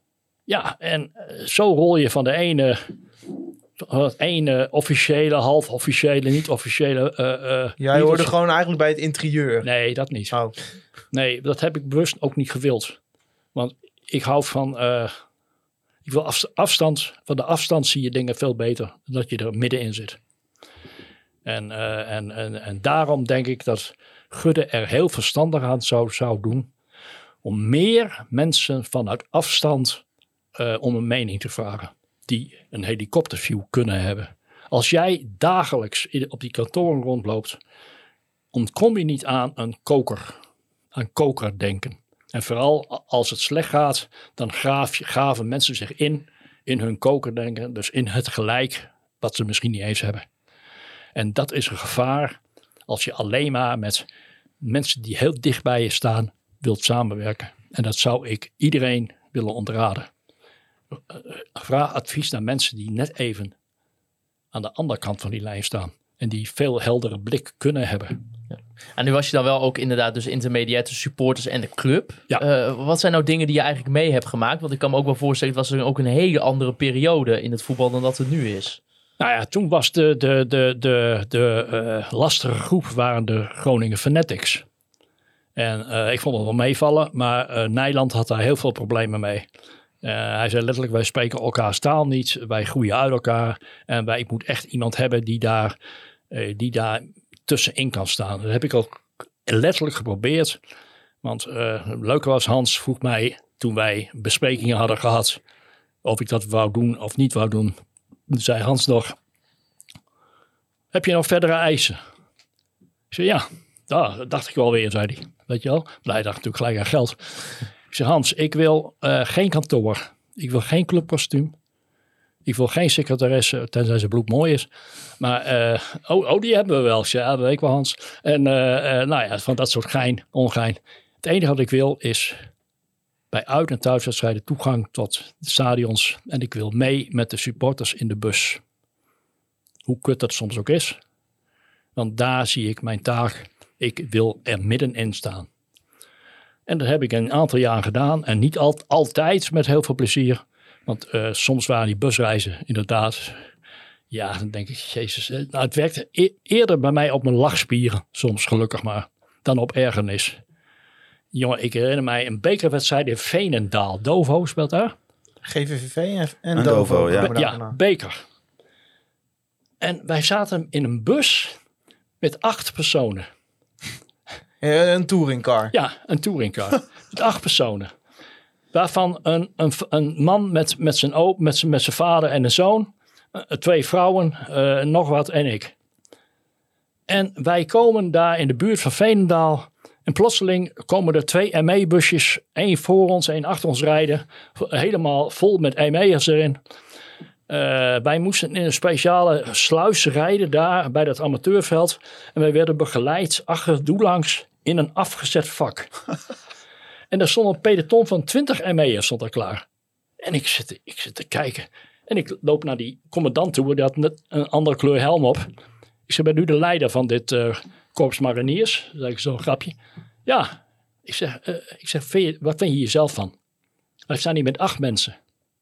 Ja, en zo rol je van de ene, het ene officiële, half officiële, niet officiële. Uh, uh, Jij hoorde gewoon eigenlijk bij het interieur. Nee, dat niet. Oh. Nee, dat heb ik bewust ook niet gewild. Want ik hou van, uh, ik wil af, afstand, van de afstand zie je dingen veel beter dan dat je er middenin zit. En, uh, en, en, en daarom denk ik dat Gudde er heel verstandig aan zou, zou doen om meer mensen vanuit afstand uh, om een mening te vragen. Die een helikopterview kunnen hebben. Als jij dagelijks op die kantoren rondloopt, ontkom je niet aan een koker. Aan kokerdenken. En vooral als het slecht gaat, dan graaf, graven mensen zich in, in hun kokerdenken. Dus in het gelijk, wat ze misschien niet eens hebben. En dat is een gevaar als je alleen maar met mensen die heel dicht bij je staan, wilt samenwerken. En dat zou ik iedereen willen ontraden. Vraag advies naar mensen die net even aan de andere kant van die lijn staan. En die veel heldere blik kunnen hebben. Ja. En nu was je dan wel ook inderdaad dus intermediair tussen supporters en de club. Ja. Uh, wat zijn nou dingen die je eigenlijk mee hebt gemaakt? Want ik kan me ook wel voorstellen, het was ook een hele andere periode in het voetbal dan dat het nu is. Nou ja, toen was de, de, de, de, de uh, lastige groep waren de Groningen Fanatics. En uh, ik vond het wel meevallen, maar uh, Nijland had daar heel veel problemen mee. Uh, hij zei letterlijk, wij spreken elkaars taal niet, wij groeien uit elkaar. En wij, ik moet echt iemand hebben die daar, uh, die daar tussenin kan staan. Dat heb ik ook letterlijk geprobeerd. Want uh, het leuke was, Hans vroeg mij toen wij besprekingen hadden gehad of ik dat wou doen of niet wou doen. Toen zei Hans nog, heb je nog verdere eisen? Ik zei ja, ah, dat dacht ik wel weer, zei hij. Weet je wel, maar hij dacht natuurlijk gelijk aan geld. Ik zei Hans, ik wil uh, geen kantoor. Ik wil geen clubkostuum. Ik wil geen secretaresse, tenzij ze bloedmooi is. Maar, uh, oh, oh, die hebben we wel. Ik zei, ja, dat weet ik wel Hans. En uh, uh, nou ja, van dat soort gein, ongein. Het enige wat ik wil is bij uit- en thuiswedstrijden toegang tot de stadions. En ik wil mee met de supporters in de bus. Hoe kut dat soms ook is. Want daar zie ik mijn taak. Ik wil er middenin staan. En dat heb ik een aantal jaar gedaan. En niet al, altijd met heel veel plezier. Want uh, soms waren die busreizen inderdaad. Ja, dan denk ik, jezus. Nou, het werkte e- eerder bij mij op mijn lachspieren. Soms gelukkig maar. Dan op ergernis. Jongen, ik herinner mij een bekerwedstrijd in Veenendaal. Dovo speelt daar. G V V V en, en En Dovo. Dovo, ja. Be- Ja, beker. En wij zaten in een bus met acht personen. Ja, een touringcar. Ja, een touringcar. Met acht personen. Waarvan een, een, een man met, met, zijn, o, met, zijn, met zijn vader en een zoon. Uh, twee vrouwen, uh, nog wat en ik. En wij komen daar in de buurt van Veenendaal. En plotseling komen er twee M E-busjes. één voor ons, één achter ons rijden. Helemaal vol met M E'ers erin. Uh, wij moesten in een speciale sluis rijden daar bij dat amateurveld. En wij werden begeleid achter het doel langs in een afgezet vak. En daar stond een peloton van twintig M E'ers stond daar klaar. En ik zit, ik zit te kijken. En ik loop naar die commandant toe. Die had net een andere kleur helm op. Ik zeg, ben nu de leider van dit uh, korps mariniers. Dat is ik zo'n grapje. Ja, ik zeg, uh, ik zeg vind je, wat vind je hier zelf van? Wij staan hier met acht mensen.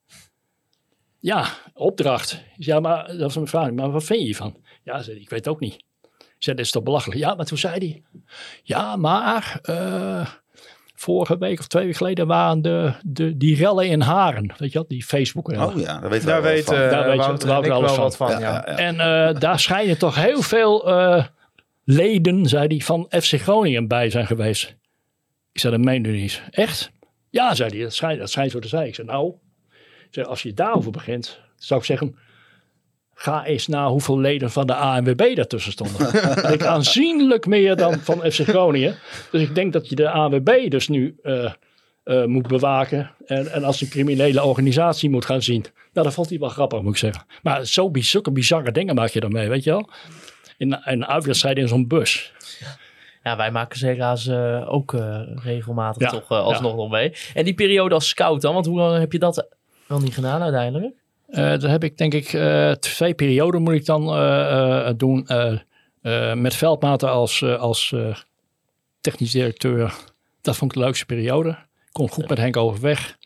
Ja, opdracht. Ik zei, ja, maar dat was mijn vraag. Maar wat vind je hiervan? Ja, zei, ik weet het ook niet. Ik zei, dit is toch belachelijk? Ja, maar toen zei hij. Ja, maar uh, vorige week of twee weken geleden waren de, de, die rellen in Haren. Weet je wat? Die Facebook. Oh ja, daar weten we Daar wel weet, van. uh, Daar weet je- Wouter daar en ik weet wel alles wat van. van. Ja, Ja. ja, ja. En uh, daar schijnen toch heel veel uh, leden, zei hij, van F C Groningen bij zijn geweest. Ik zei, dat meen u niet. Echt? Ja, zei hij, dat schijnt, dat schijnt zo te zijn. Ik zei, nou, ik zei, als je daarover begint, zou ik zeggen, ga eens naar hoeveel leden van de A N W B daartussen stonden. Ik denk aanzienlijk meer dan van F C Groningen. Dus ik denk dat je de A N W B dus nu uh, uh, moet bewaken. En, en als een criminele organisatie moet gaan zien. Nou, dat vond hij wel grappig, moet ik zeggen. Maar zo, zulke bizarre dingen maak je dan mee, weet je wel. In een uitwedstrijd in zo'n bus. Ja, wij maken ze helaas uh, ook uh, regelmatig Ja, toch uh, alsnog ja. nog mee. En die periode als scout dan, want hoe lang heb je dat wel niet gedaan uiteindelijk? Uh, dat heb ik denk ik uh, twee perioden moet ik dan uh, uh, doen. Uh, uh, met Veldmaten als, uh, als uh, technisch directeur. Dat vond ik de leukste periode. Ik kon goed met Henk overweg.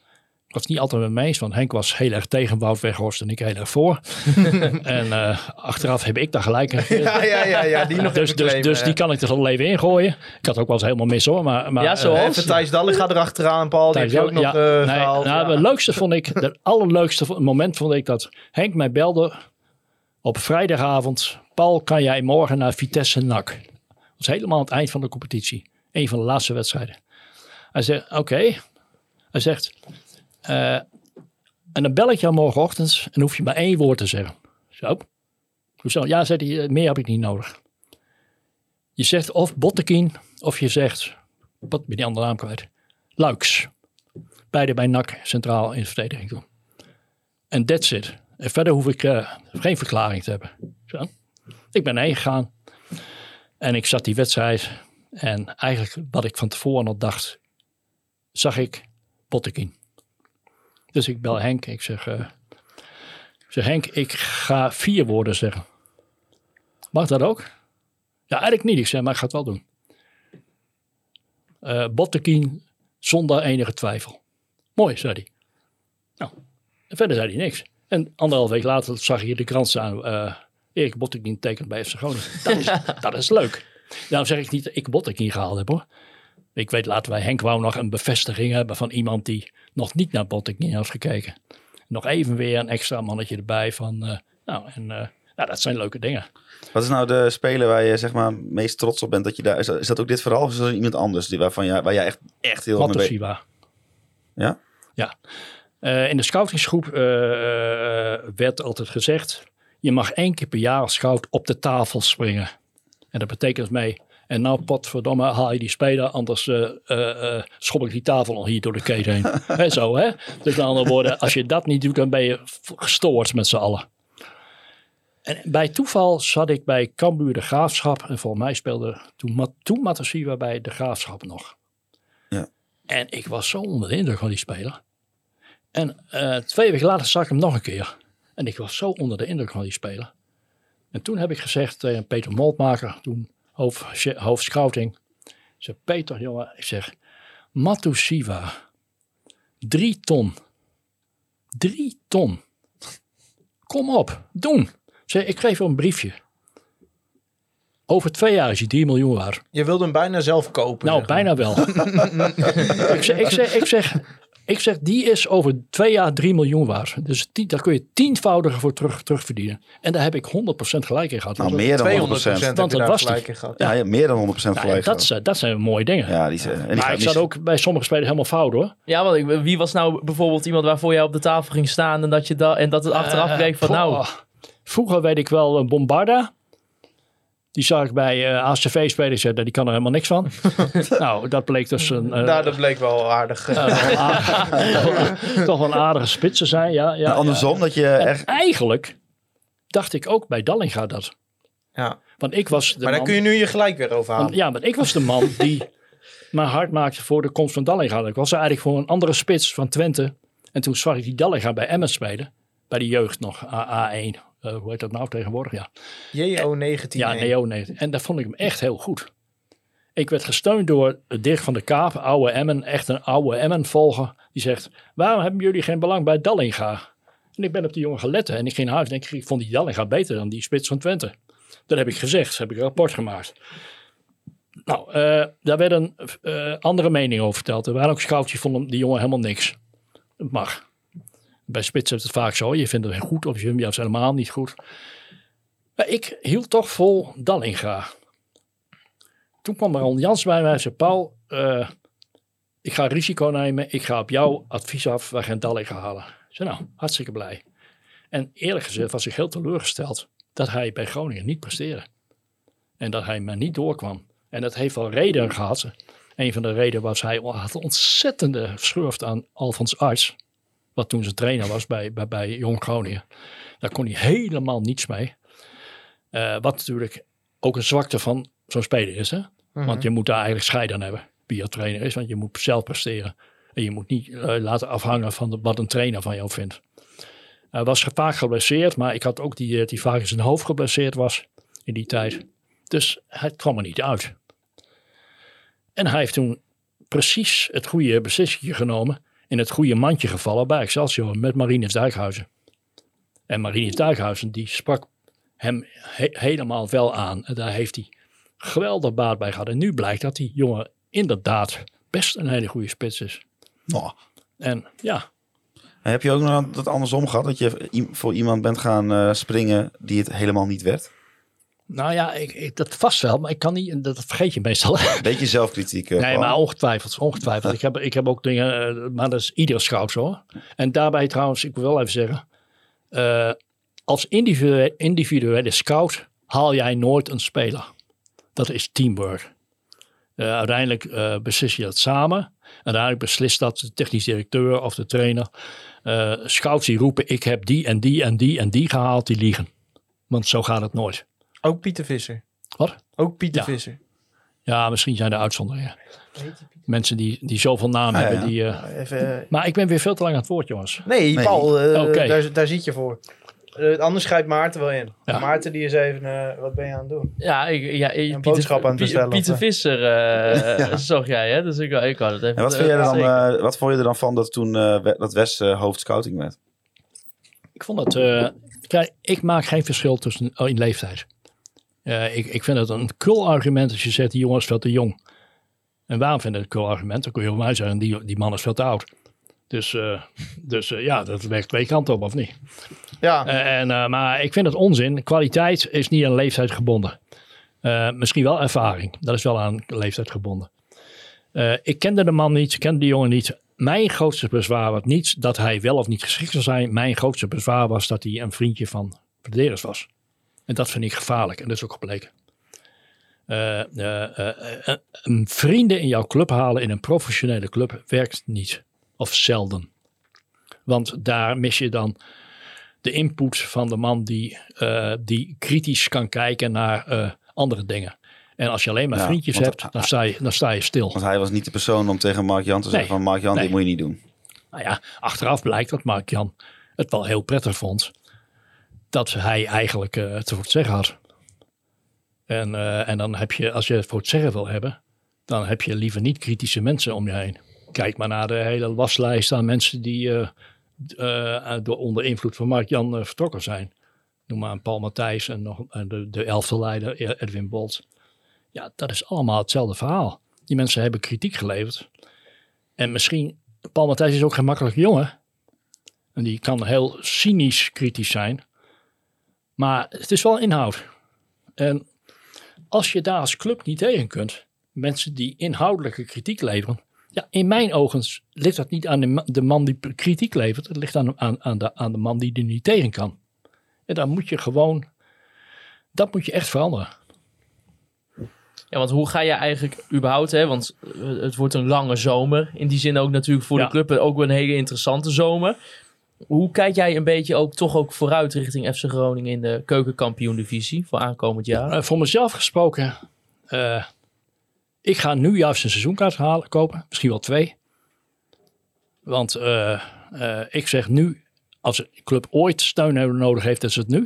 was het niet altijd met me eens, want Henk was heel erg tegen Wout Weghorst en ik heel erg voor. en uh, achteraf heb ik daar gelijk in gegeven. Ja, ja, ja, ja, die nog dus, even dus, claimen, dus die kan ik er al even ingooien. Ik had ook wel eens helemaal mis hoor. Maar, maar, Ja, zoals? Uh, even Thijs Dallinga erachteraan, Paul. Die heb je ook nog ja, uh, nee, gehaald. nou, ja. Het leukste vond ik, het allerleukste moment vond ik dat Henk mij belde op vrijdagavond. Paul, kan jij morgen naar Vitesse N A C? Dat was helemaal aan het eind van de competitie. Een van de laatste wedstrijden. Hij zegt, oké. Okay. Hij zegt, uh, en dan bel ik jou morgenochtend en dan hoef je maar één woord te zeggen. Zo. Hoezo? Ja, zei hij, meer heb ik niet nodig. Je zegt of Bottekin of je zegt, wat ben die andere naam kwijt? Luiks. Beide bij N A C centraal in de verdediging doen. En that's it. En verder hoef ik uh, geen verklaring te hebben. Zo. Ik ben heen gegaan. En ik zat die wedstrijd. En eigenlijk wat ik van tevoren al dacht, zag ik Bottekin. Dus ik bel Henk. Ik zeg, uh, ik zeg, Henk, ik ga vier woorden zeggen. Mag dat ook? Ja, eigenlijk niet. Ik zeg, maar ik ga het wel doen. Uh, Bottekin zonder enige twijfel. Mooi, zei hij. Nou, en verder zei hij niks. En anderhalf week later zag je de krant staan. Uh, Erik Bottekin tekent bij F C Groningen. Dat is, dat is leuk. Daarom zeg ik niet dat ik Bottekin gehaald heb hoor. Ik weet, laten wij Henk wou nog een bevestiging hebben van iemand die nog niet naar Bottekin had gekeken. Nog even weer een extra mannetje erbij van, uh, nou, en, uh, nou, dat zijn leuke dingen. Wat is nou de speler waar je zeg maar meest trots op bent? Dat je daar, is, dat, is dat ook dit verhaal of is dat iemand anders die, waarvan jij, waar jij echt, echt heel mee weet? Matosiwa. Ja? Ja. Uh, in de scoutingsgroep uh, uh, werd altijd gezegd, je mag één keer per jaar als scout op de tafel springen. En dat betekent mee, en nou potverdomme haal je die speler, anders uh, uh, uh, schop ik die tafel nog hier door de keet heen. He, zo hè. Dus met andere woorden, als je dat niet doet, dan ben je gestoord met z'n allen. En bij toeval zat ik bij Cambuur de Graafschap. En volgens mij speelde toen, toen Matosiwa bij de Graafschap nog. Ja. En ik was zo onder de indruk van die speler. En uh, twee weken later zag ik hem nog een keer. En ik was zo onder de indruk van die speler. En toen heb ik gezegd tegen Peter Moltmaker, toen hoofd, hoofd scouting. Ik zeg, Peter, jongen, ik zeg, Matosiwa, drie ton. Drie ton. Kom op, doen. Zeg, ik geef hem een briefje. Over twee jaar is hij drie miljoen waard. Je wilde hem bijna zelf kopen. Nou, zeg bijna wel. ik, zeg, ik, zeg, ik, zeg, ik zeg, die is over twee jaar drie miljoen waard. Dus die, daar kun je tienvoudige voor terug, terugverdienen. En daar heb ik honderd procent gelijk in gehad. Nou, meer dan honderd procent. heb Want je dat daar was gelijk die. in gehad. Ja, ja, meer dan honderd procent Nou, gelijk. dat, zijn- dat zijn mooie dingen. Ja, die, en die maar gaat ik niet- zat ook bij sommige spelers helemaal fout hoor. Ja, want ik, wie was nou bijvoorbeeld iemand waarvoor jij op de tafel ging staan en dat, je da en dat het achteraf Uh, bleek van goh. nou... Vroeger weet ik wel een Bombarda. Die zag ik bij uh, A C V spelen. Zei, die kan er helemaal niks van. Nou, dat bleek dus een... Uh, Nou, dat bleek wel aardig. uh, wel aardig- toch wel een aardige spits te zijn. Ja, ja, Nou, andersom, ja. dat je En echt... eigenlijk dacht ik ook bij Dallinga dat. Ja. Want ik was de Maar daar man, kun je nu je gelijk weer over halen. want, ja, want ik was de man die mijn hart maakte voor de komst van Dallinga. Ik was eigenlijk voor een andere spits van Twente. En toen zag ik die Dallinga bij Emmen spelen. Bij de jeugd nog, A één. Uh, hoe heet dat nou tegenwoordig? Ja. J O negentien. Ja, Neo nee. En daar vond ik hem echt heel goed. Ik werd gesteund door Dirk van der Kaap, oude Emmen, echt een oude Emmen-volger. Die zegt, waarom hebben jullie geen belang bij Dallinga? En ik ben op die jongen gelet en ik ging naar huis en ik, ik vond die Dallinga beter dan die spits van Twente. Dat heb ik gezegd, heb ik een rapport gemaakt. Nou, uh, daar werden uh, andere meningen over verteld. Er waren ook scouts die vonden die jongen helemaal niks. Dat mag. Bij spits is het vaak zo. Je vindt hem goed of je vindt hem juist helemaal niet goed. Maar ik hield toch vol Dallinga. Toen kwam er Ron Jans bij mij en zei, Paul, uh, ik ga risico nemen. Ik ga op jouw advies af. Wij gaan Dallinga halen. Ik zei, nou, hartstikke blij. En eerlijk gezegd was ik heel teleurgesteld dat hij bij Groningen niet presteerde. En dat hij maar niet doorkwam. En dat heeft wel redenen gehad. Een van de redenen was hij had een ontzettende schurft aan Alfons Arts. Wat toen zijn trainer was bij, bij, bij Jong Groningen. Daar kon hij helemaal niets mee. Uh, wat natuurlijk ook een zwakte van zo'n speler is. Hè? Mm-hmm. Want je moet daar eigenlijk scheid aan hebben. Wie je trainer is. Want je moet zelf presteren. En je moet niet uh, laten afhangen van de, wat een trainer van jou vindt. Hij uh, was vaak geblesseerd. Maar ik had ook die, die vaak in zijn hoofd geblesseerd was. In die tijd. Dus het kwam er niet uit. En hij heeft toen precies het goede beslissing genomen. in het goede mandje gevallen bij Excelsior met Marinus Dijkhuizen. En Marinus Dijkhuizen die sprak hem he- helemaal wel aan. En daar heeft hij geweldig baat bij gehad. En nu blijkt dat die jongen inderdaad best een hele goede spits is. Oh. En ja, En heb je ook nog dat andersom gehad? Dat je i- voor iemand bent gaan uh, springen die het helemaal niet werd? nou ja, ik, ik, dat vast wel. Maar ik kan niet, dat vergeet je meestal. Beetje zelfkritiek. Uh, Nee, Paul. maar ongetwijfeld. ongetwijfeld. ik, heb, ik heb ook dingen, uh, maar dat is iedere scout zo. En daarbij trouwens, ik wil wel even zeggen. Uh, als individue- individuele scout haal jij nooit een speler. Dat is teamwork. Uh, uiteindelijk uh, beslis je dat samen. Uiteindelijk beslist dat de technisch directeur of de trainer. Uh, scouts die roepen, ik heb die en die en die en die gehaald, die liegen. Want zo gaat het nooit. Ook Pieter Visser. Wat? Ook Pieter Ja. Visser. Ja, misschien zijn er uitzonderingen. Mensen die, die zoveel naam Ah, ja. hebben. Die, uh, Even, uh, maar ik ben weer veel te lang aan het woord, jongens. nee, Nee. Paul, uh, Oké. daar, daar zit je voor. Uh, anders schrijft Maarten wel in. Ja. Maarten die is even, uh, wat ben je aan het doen? Ja, ik, ja ik- Een boodschap aan het Pie- bestellen, Pieter of, Visser uh, Ja. zag jij, hè? Dus ik, ik had het even... En wat, vind jij er uh, dan, zeker. uh, wat vond je er dan van dat toen uh, we- dat Wes uh, hoofdscouting werd? Ik vond het... Uh, kijk, ik maak geen verschil tussen oh, in leeftijd. Uh, ik, ik vind het een cool argument als je zegt, die jongen is veel te jong. En waarom vind ik het een cool argument? Dan kun je op mij zeggen, die, die man is veel te oud. Dus, uh, dus uh, ja, dat werkt twee kanten op, of niet? Ja, Uh, en, uh, maar ik vind het onzin. Kwaliteit is niet aan leeftijd gebonden. Uh, misschien wel ervaring. Dat is wel aan leeftijd gebonden. Uh, ik kende de man niet, ik kende de jongen niet. Mijn grootste bezwaar was niet dat hij wel of niet geschikt zou zijn. Mijn grootste bezwaar was dat hij een vriendje van Verderes was. En dat vind ik gevaarlijk. En dat is ook gebleken. Uh, uh, uh, uh, uh, vrienden in jouw club halen in een professionele club werkt niet. Of zelden. Want daar mis je dan de input van de man die, uh, die kritisch kan kijken naar uh, andere dingen. En als je alleen maar Ja, vriendjes want- hebt, dan sta, je, dan sta je stil. Want hij was niet de persoon om tegen Mark Jan te zeggen Nee. van Mark Jan, Nee. dit moet je niet doen. Nou ja, achteraf blijkt dat Mark Jan het wel heel prettig vond dat hij eigenlijk uh, het voor het zeggen had. En, uh, en dan heb je, als je het voor het zeggen wil hebben, dan heb je liever niet kritische mensen om je heen. Kijk maar naar de hele waslijst aan mensen die uh, uh, door onder invloed van Mark Jan uh, vertrokken zijn. Noem maar een Paul Matthijs en nog uh, de, de elfde leider Edwin Bolt. Ja, dat is allemaal hetzelfde verhaal. Die mensen hebben kritiek geleverd. En misschien, Paul Matthijs is ook geen makkelijke jongen. En die kan heel cynisch kritisch zijn. Maar het is wel inhoud. En als je daar als club niet tegen kunt, mensen die inhoudelijke kritiek leveren. Ja, in mijn ogen ligt dat niet aan de, ma- de man die kritiek levert. Het ligt aan, aan, aan, de, aan de man die er niet tegen kan. En dan moet je gewoon, dat moet je echt veranderen. Ja, want hoe ga je eigenlijk überhaupt, hè? Want uh, het wordt een lange zomer. In die zin ook natuurlijk voor Ja. de club ook een hele interessante zomer. Hoe kijk jij een beetje ook toch ook vooruit richting F C Groningen in de keukenkampioen-divisie voor aankomend jaar? Uh, voor mezelf gesproken, uh, ik ga nu juist een seizoenkaart halen, kopen. Misschien wel twee. Want uh, uh, ik zeg nu, als de club ooit steun nodig heeft, is het nu.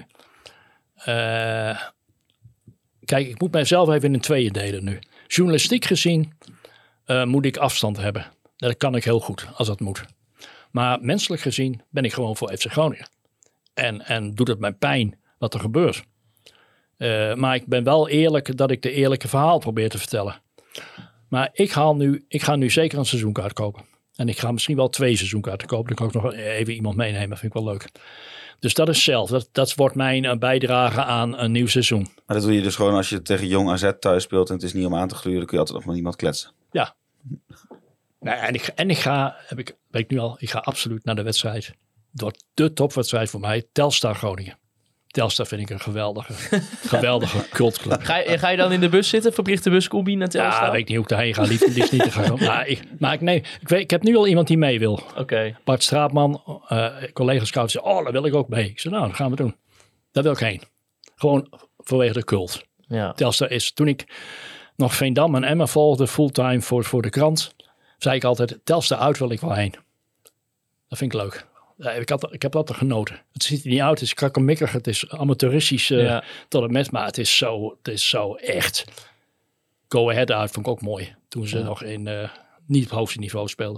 Uh, kijk, ik moet mijzelf even in tweeën delen nu. Journalistiek gezien uh, moet ik afstand hebben. Dat kan ik heel goed, als dat moet. Maar menselijk gezien ben ik gewoon voor F C Groningen. En, en doet het mij pijn wat er gebeurt. Uh, maar ik ben wel eerlijk dat ik de eerlijke verhaal probeer te vertellen. Maar ik, haal nu, ik ga nu zeker een seizoenkaart kopen. En ik ga misschien wel twee seizoenkaarten kopen. Dan kan ik nog even iemand meenemen. Dat vind ik wel leuk. Dus dat is zelf. Dat, dat wordt mijn uh, bijdrage aan een nieuw seizoen. Maar dat doe je dus gewoon als je tegen Jong A Z thuis speelt en het is niet om aan te gluren, dan kun je altijd nog met iemand kletsen. Ja. Nou, en, ik, en ik ga, heb ik, weet ik nu al, ik ga absoluut naar de wedstrijd. Door de topwedstrijd voor mij, Telstar Groningen. Telstar vind ik een geweldige, geweldige cultclub. Ga je, ga je dan in de bus zitten? Verplichte buscombi naar Telstar? Ja, weet ik niet hoe ik daarheen ga. Liefst, liefst niet te gaan. Maar, ik, maar ik, nee, ik, weet, ik heb nu al iemand die mee wil. Oké. Okay. Bart Straatman, uh, collega scout, zei, oh, daar wil ik ook mee. Ik zei, nou, dat gaan we doen. Daar wil ik heen. Gewoon vanwege de cult. Ja. Telstar is, toen ik nog Veendam en Emmen volgde, fulltime voor, voor de krant, zei ik altijd, Telstar uit wil ik wel heen. Dat vind ik leuk. Ja, ik, had, ik heb altijd genoten. Het ziet er niet uit, het is krakkemikkig, het is amateuristisch uh, ja. tot en met, maar het is zo, het is zo echt. Go Ahead uit vond ik ook mooi. Toen ze ja. nog in, uh, niet op hoogste niveau speelden.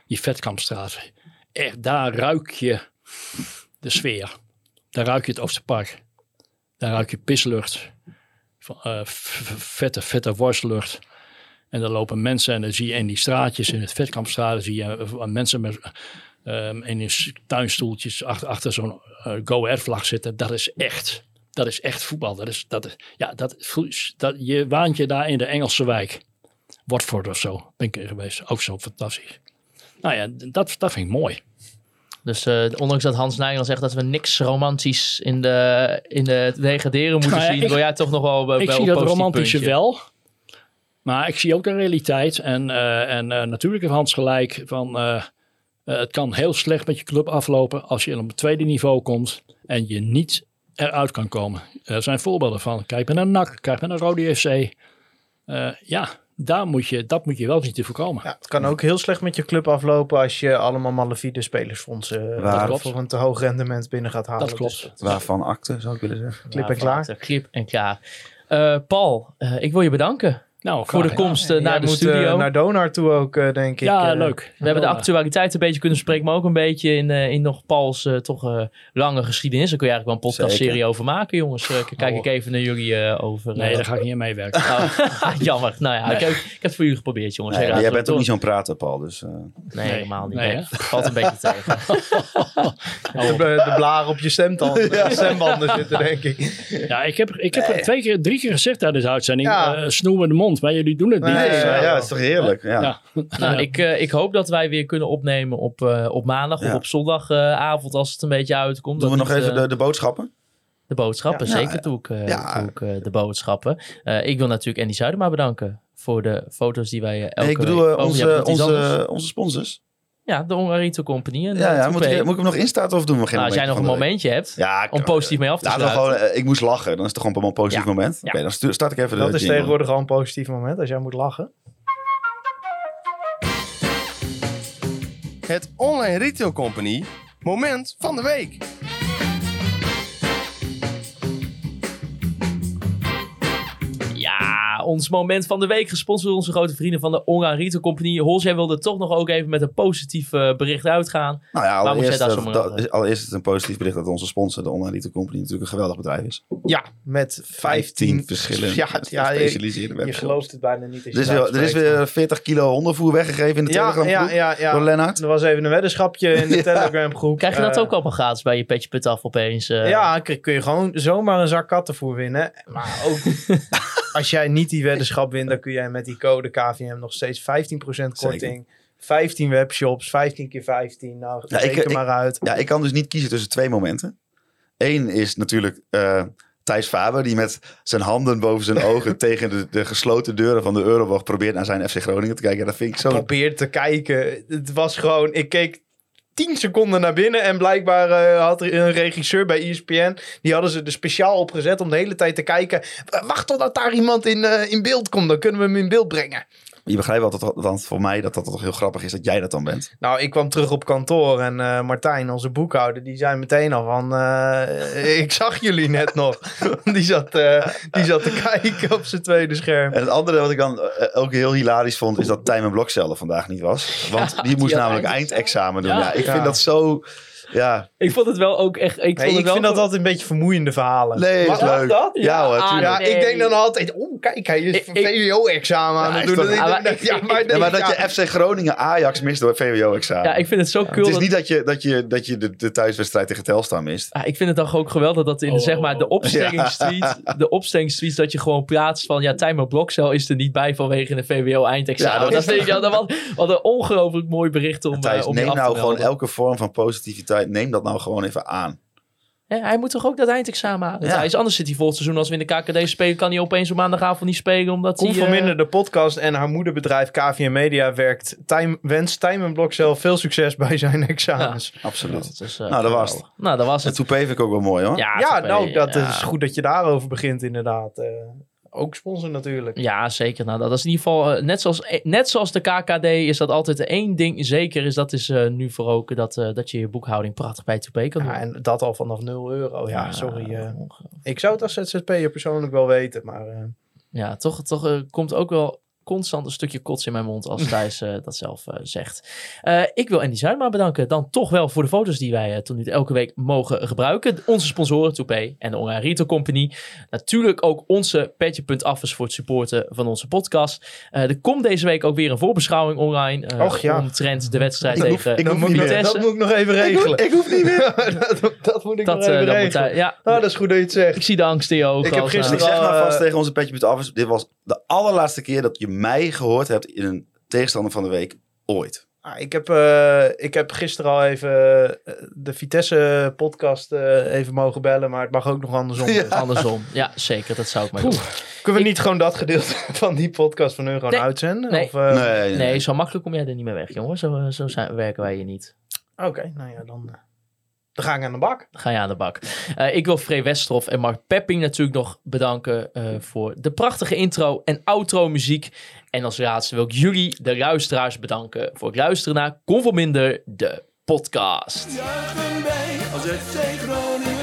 die Vetkampstraat. Echt, daar ruik je de sfeer. Daar ruik je het Oosterpark. Daar ruik je pislucht. Uh, vette, vette worstlucht. En dan lopen mensen en dan zie je in die straatjes, in het Vetkampstraat, zie je uh, mensen met, um, in hun tuinstoeltjes achter, achter zo'n uh, Go Ahead vlag zitten. Dat is echt, dat is echt voetbal. Dat is, dat is, ja, dat, dat, je waant je daar in de Engelse wijk. Watford of zo, ben ik er geweest. Ook zo fantastisch. Nou ja, dat, dat vind ik mooi. Dus uh, ondanks dat Hans Nijland zegt dat we niks romantisch in de, in de degraderen moeten nou ja, zien, ik, wil jij toch nog wel uh, Ik wel zie dat romantische puntje. wel. Maar ik zie ook de realiteit. En, uh, en uh, natuurlijk heeft Hans gelijk van uh, uh, het kan heel slecht met je club aflopen als je op het tweede niveau komt en je niet eruit kan komen. Er zijn voorbeelden van. Kijk maar naar N A C, kijk maar naar Rode F C. Uh, ja, daar moet je, dat moet je wel zien te voorkomen. Ja, het kan ook heel slecht met je club aflopen als je allemaal malafide spelersfondsen uh, voor een te hoog rendement binnen gaat halen. Dat klopt. Dus dat, Waarvan akte, zou ik willen zeggen. Klip en klaar. Klip en klaar. Uh, Paul, uh, ik wil je bedanken. Nou, voor de komst uh, naar de moet, studio. Uh, naar Donar toe ook, uh, denk ik. Ja, uh, leuk. We hebben de actualiteit een beetje kunnen spreken, maar ook een beetje in, uh, in nog Pauls uh, toch uh, lange geschiedenis. Daar kun je eigenlijk wel een podcastserie over maken, jongens. Uh, kijk oh. ik even naar jullie uh, over. Uh, nee, daar ga ik niet aan meewerken. Oh, jammer. Nou ja, nee. ik, heb, ik heb het voor jullie geprobeerd, jongens. Nee, Helaas, jij bent toch ook niet zo'n prater, Paul. Dus, uh... nee, nee, helemaal niet. Nee, nee. Valt een beetje tegen. de, de blaren op je stembanden, ja. stembanden zitten, denk ik. Ja, ik heb, ik heb nee. twee keer, drie keer gezegd tijdens de uitzending. Ja. Uh, snoer met de mond, maar jullie doen het niet. Nee, ja, ja, het is toch heerlijk. Ja. Ja. Nou, ik, uh, ik hoop dat wij weer kunnen opnemen op, uh, op maandag ja. of op zondagavond uh, als het een beetje uitkomt. Doen we dat nog niet, even uh, de, de boodschappen? De boodschappen, ja, zeker ja, doe ik, uh, ja. doe ik uh, de boodschappen. Uh, ik wil natuurlijk Andy Zuidema bedanken voor de foto's die wij uh, elke nee, ik bedoel, week... uh, onze, oh, onze, onze sponsors. Ja, de Ongarito Company. En ja, ja moet, ik, moet ik hem nog instarten of doen we geen nou, als jij nog een momentje hebt ja, om positief mee af te sluiten. Gewoon, uh, ik moest lachen, dan is het toch gewoon een positief ja. moment. Oké, ja. okay, dan start ik even dat de is jingle. tegenwoordig al een positief moment als jij moet lachen. Het Online Retail Company moment van de week. Ja, ons moment van de week gesponsord door onze grote vrienden van de Online Retail Company. Hols, jij wilde toch nog ook even met een positief uh, bericht uitgaan. Nou ja, allereerst, uh, dat, is, allereerst is het een positief bericht dat onze sponsor, de Online Retail Company, natuurlijk een geweldig bedrijf is. Ja, met vijftien verschillende ja, ja, gespecialiseerde webshops. Je gelooft het bijna niet. Er is, weer, er is weer veertig kilo hondenvoer weggegeven in de ja, Telegram groep ja, ja, ja. door Lennart. Er was even een weddenschapje in de ja. Telegram groep. Krijg je dat uh, ook allemaal gratis bij je Petje Put Af opeens? Uh... Ja, kun je gewoon zomaar een zak kattenvoer winnen. Maar ook... Als jij niet die weddenschap wint, dan kun jij met die code K V M nog steeds vijftien procent korting. Zeker. vijftien webshops, vijftien keer vijftien. Nou, ja, reken ik, maar uit. Ja, ik kan dus niet kiezen tussen twee momenten. Eén is natuurlijk uh, Thijs Faber, die met zijn handen boven zijn ogen tegen de, de gesloten deuren van de Euroborg probeert naar zijn F C Groningen te kijken. Ja, dat vind ik zo... Probeert te kijken. Het was gewoon... Ik keek tien seconden naar binnen en blijkbaar uh, had er een regisseur bij E S P N, die hadden ze er speciaal opgezet om de hele tijd te kijken. Wacht totdat daar iemand in, uh, in beeld komt, dan kunnen we hem in beeld brengen. Je begrijpt wel, dat, want voor mij dat dat toch heel grappig is dat jij dat dan bent. Nou, ik kwam terug op kantoor en uh, Martijn, onze boekhouder, die zei meteen al van, uh, ik zag jullie net nog. die, zat, uh, die zat te kijken op zijn tweede scherm. En het andere wat ik dan uh, ook heel hilarisch vond, is dat Tijmen Blokcel vandaag niet was. Want ja, die moest die namelijk eindexamen doen. Ja, ja, ik ja. vind dat zo... Ja. Ik vond het wel ook echt... Ik, nee, vond ik het vind wel dat altijd een beetje vermoeiende verhalen. Nee, is leuk. Dat? Ja, ja hoor. Ah, ja, nee. Ik denk dan altijd... Oh, kijk, hij is V W O-examen aan het doen. Toch, ja, maar, ja, maar, ja, maar dat je F C Groningen Ajax mist door het V W O-examen. Ja, ik vind het zo cool. Het is dat... niet dat je, dat je, dat je de, de thuiswedstrijd tegen Telstar mist. Ja, ik vind het dan ook geweldig dat in oh, zeg maar, de opstellingstweet... Ja. de opstellingstweet dat je gewoon plaatst van... Ja, Tijmen Blokcel is er niet bij vanwege een V W O-eindexamen. Ja, dat, dat vind ik... Ja, dat was, wat een ongelooflijk mooi bericht om, Thijs, uh, om neem nou gewoon elke vorm van positiviteit... Neem dat nou gewoon even aan. Ja, hij moet toch ook dat eindexamen halen? Ja. Is anders zit hij volgend seizoen als we in de K K D spelen... kan hij opeens op maandagavond niet spelen omdat Koen hij... van uh... Minder, de podcast en haar moederbedrijf K V M Media werkt. Time, wens Tijmen Blokcel veel succes bij zijn examens. Ja, absoluut. Dat is, uh, nou, dat was het. Nou, dat was het. Het toupé vind ik ook wel mooi, hoor. Ja, ja nou, dat ja. is goed dat je daarover begint inderdaad. Uh, ook sponsor natuurlijk. Ja, zeker. Nou, dat is in ieder geval... Uh, net, zoals, net zoals de K K D is dat altijd één ding zeker is. Dat is uh, nu voor ook dat, uh, dat je je boekhouding prachtig bij toupé kan doen. Ja, en dat al vanaf nul euro. Ja, ja sorry. Uh, ik zou het als Z Z P'er persoonlijk wel weten, maar... Uh... Ja, toch, toch uh, komt ook wel... constant een stukje kots in mijn mond als Thijs uh, dat zelf uh, zegt. Uh, ik wil Andy Zuidma bedanken. Dan toch wel voor de foto's die wij uh, tot nu toe elke week mogen gebruiken. Onze sponsoren Toupee en de Online Retail Company. Natuurlijk ook onze petje.affers voor het supporten van onze podcast. Uh, er komt deze week ook weer een voorbeschouwing online. Uh, Och ja. Omtrent de wedstrijd Ik hoef- tegen ik hoef Dat niet moet, meer. ik, dat moet ik nog even regelen. Ik hoef niet meer. dat, dat moet ik Dat, nog uh, even dat moet regelen. hij, ja, Nou, dat is goed dat je het zegt. ik zie de angst in je ogen. Ik heb als, gisteren- Ik zeg maar Uh, vast tegen onze petje.affers. Dit was de allerlaatste keer dat je mij gehoord hebt in een tegenstander van de week ooit. Ah, ik, heb, uh, ik heb gisteren al even uh, de Vitesse podcast uh, even mogen bellen, maar het mag ook nog andersom. Ja. Dus. Andersom. Ja, zeker. Dat zou ik maar doen. Kunnen we Ik- niet gewoon dat gedeelte van die podcast van hun gewoon Nee. uitzenden? Nee. Of, uh, Nee, nee, Nee, zo makkelijk kom jij er niet meer weg, jongen. Zo, zo zijn, werken wij hier niet. Oké, nou ja, dan, uh, dan ga ik aan de bak. Ga je aan de bak. Uh, ik wil Free Westroff en Mark Pepping natuurlijk nog bedanken uh, voor de prachtige intro en outro muziek. En als laatste wil ik jullie, de luisteraars, bedanken voor het luisteren naar Conforminder, de podcast. Juichen wij als F C Groningen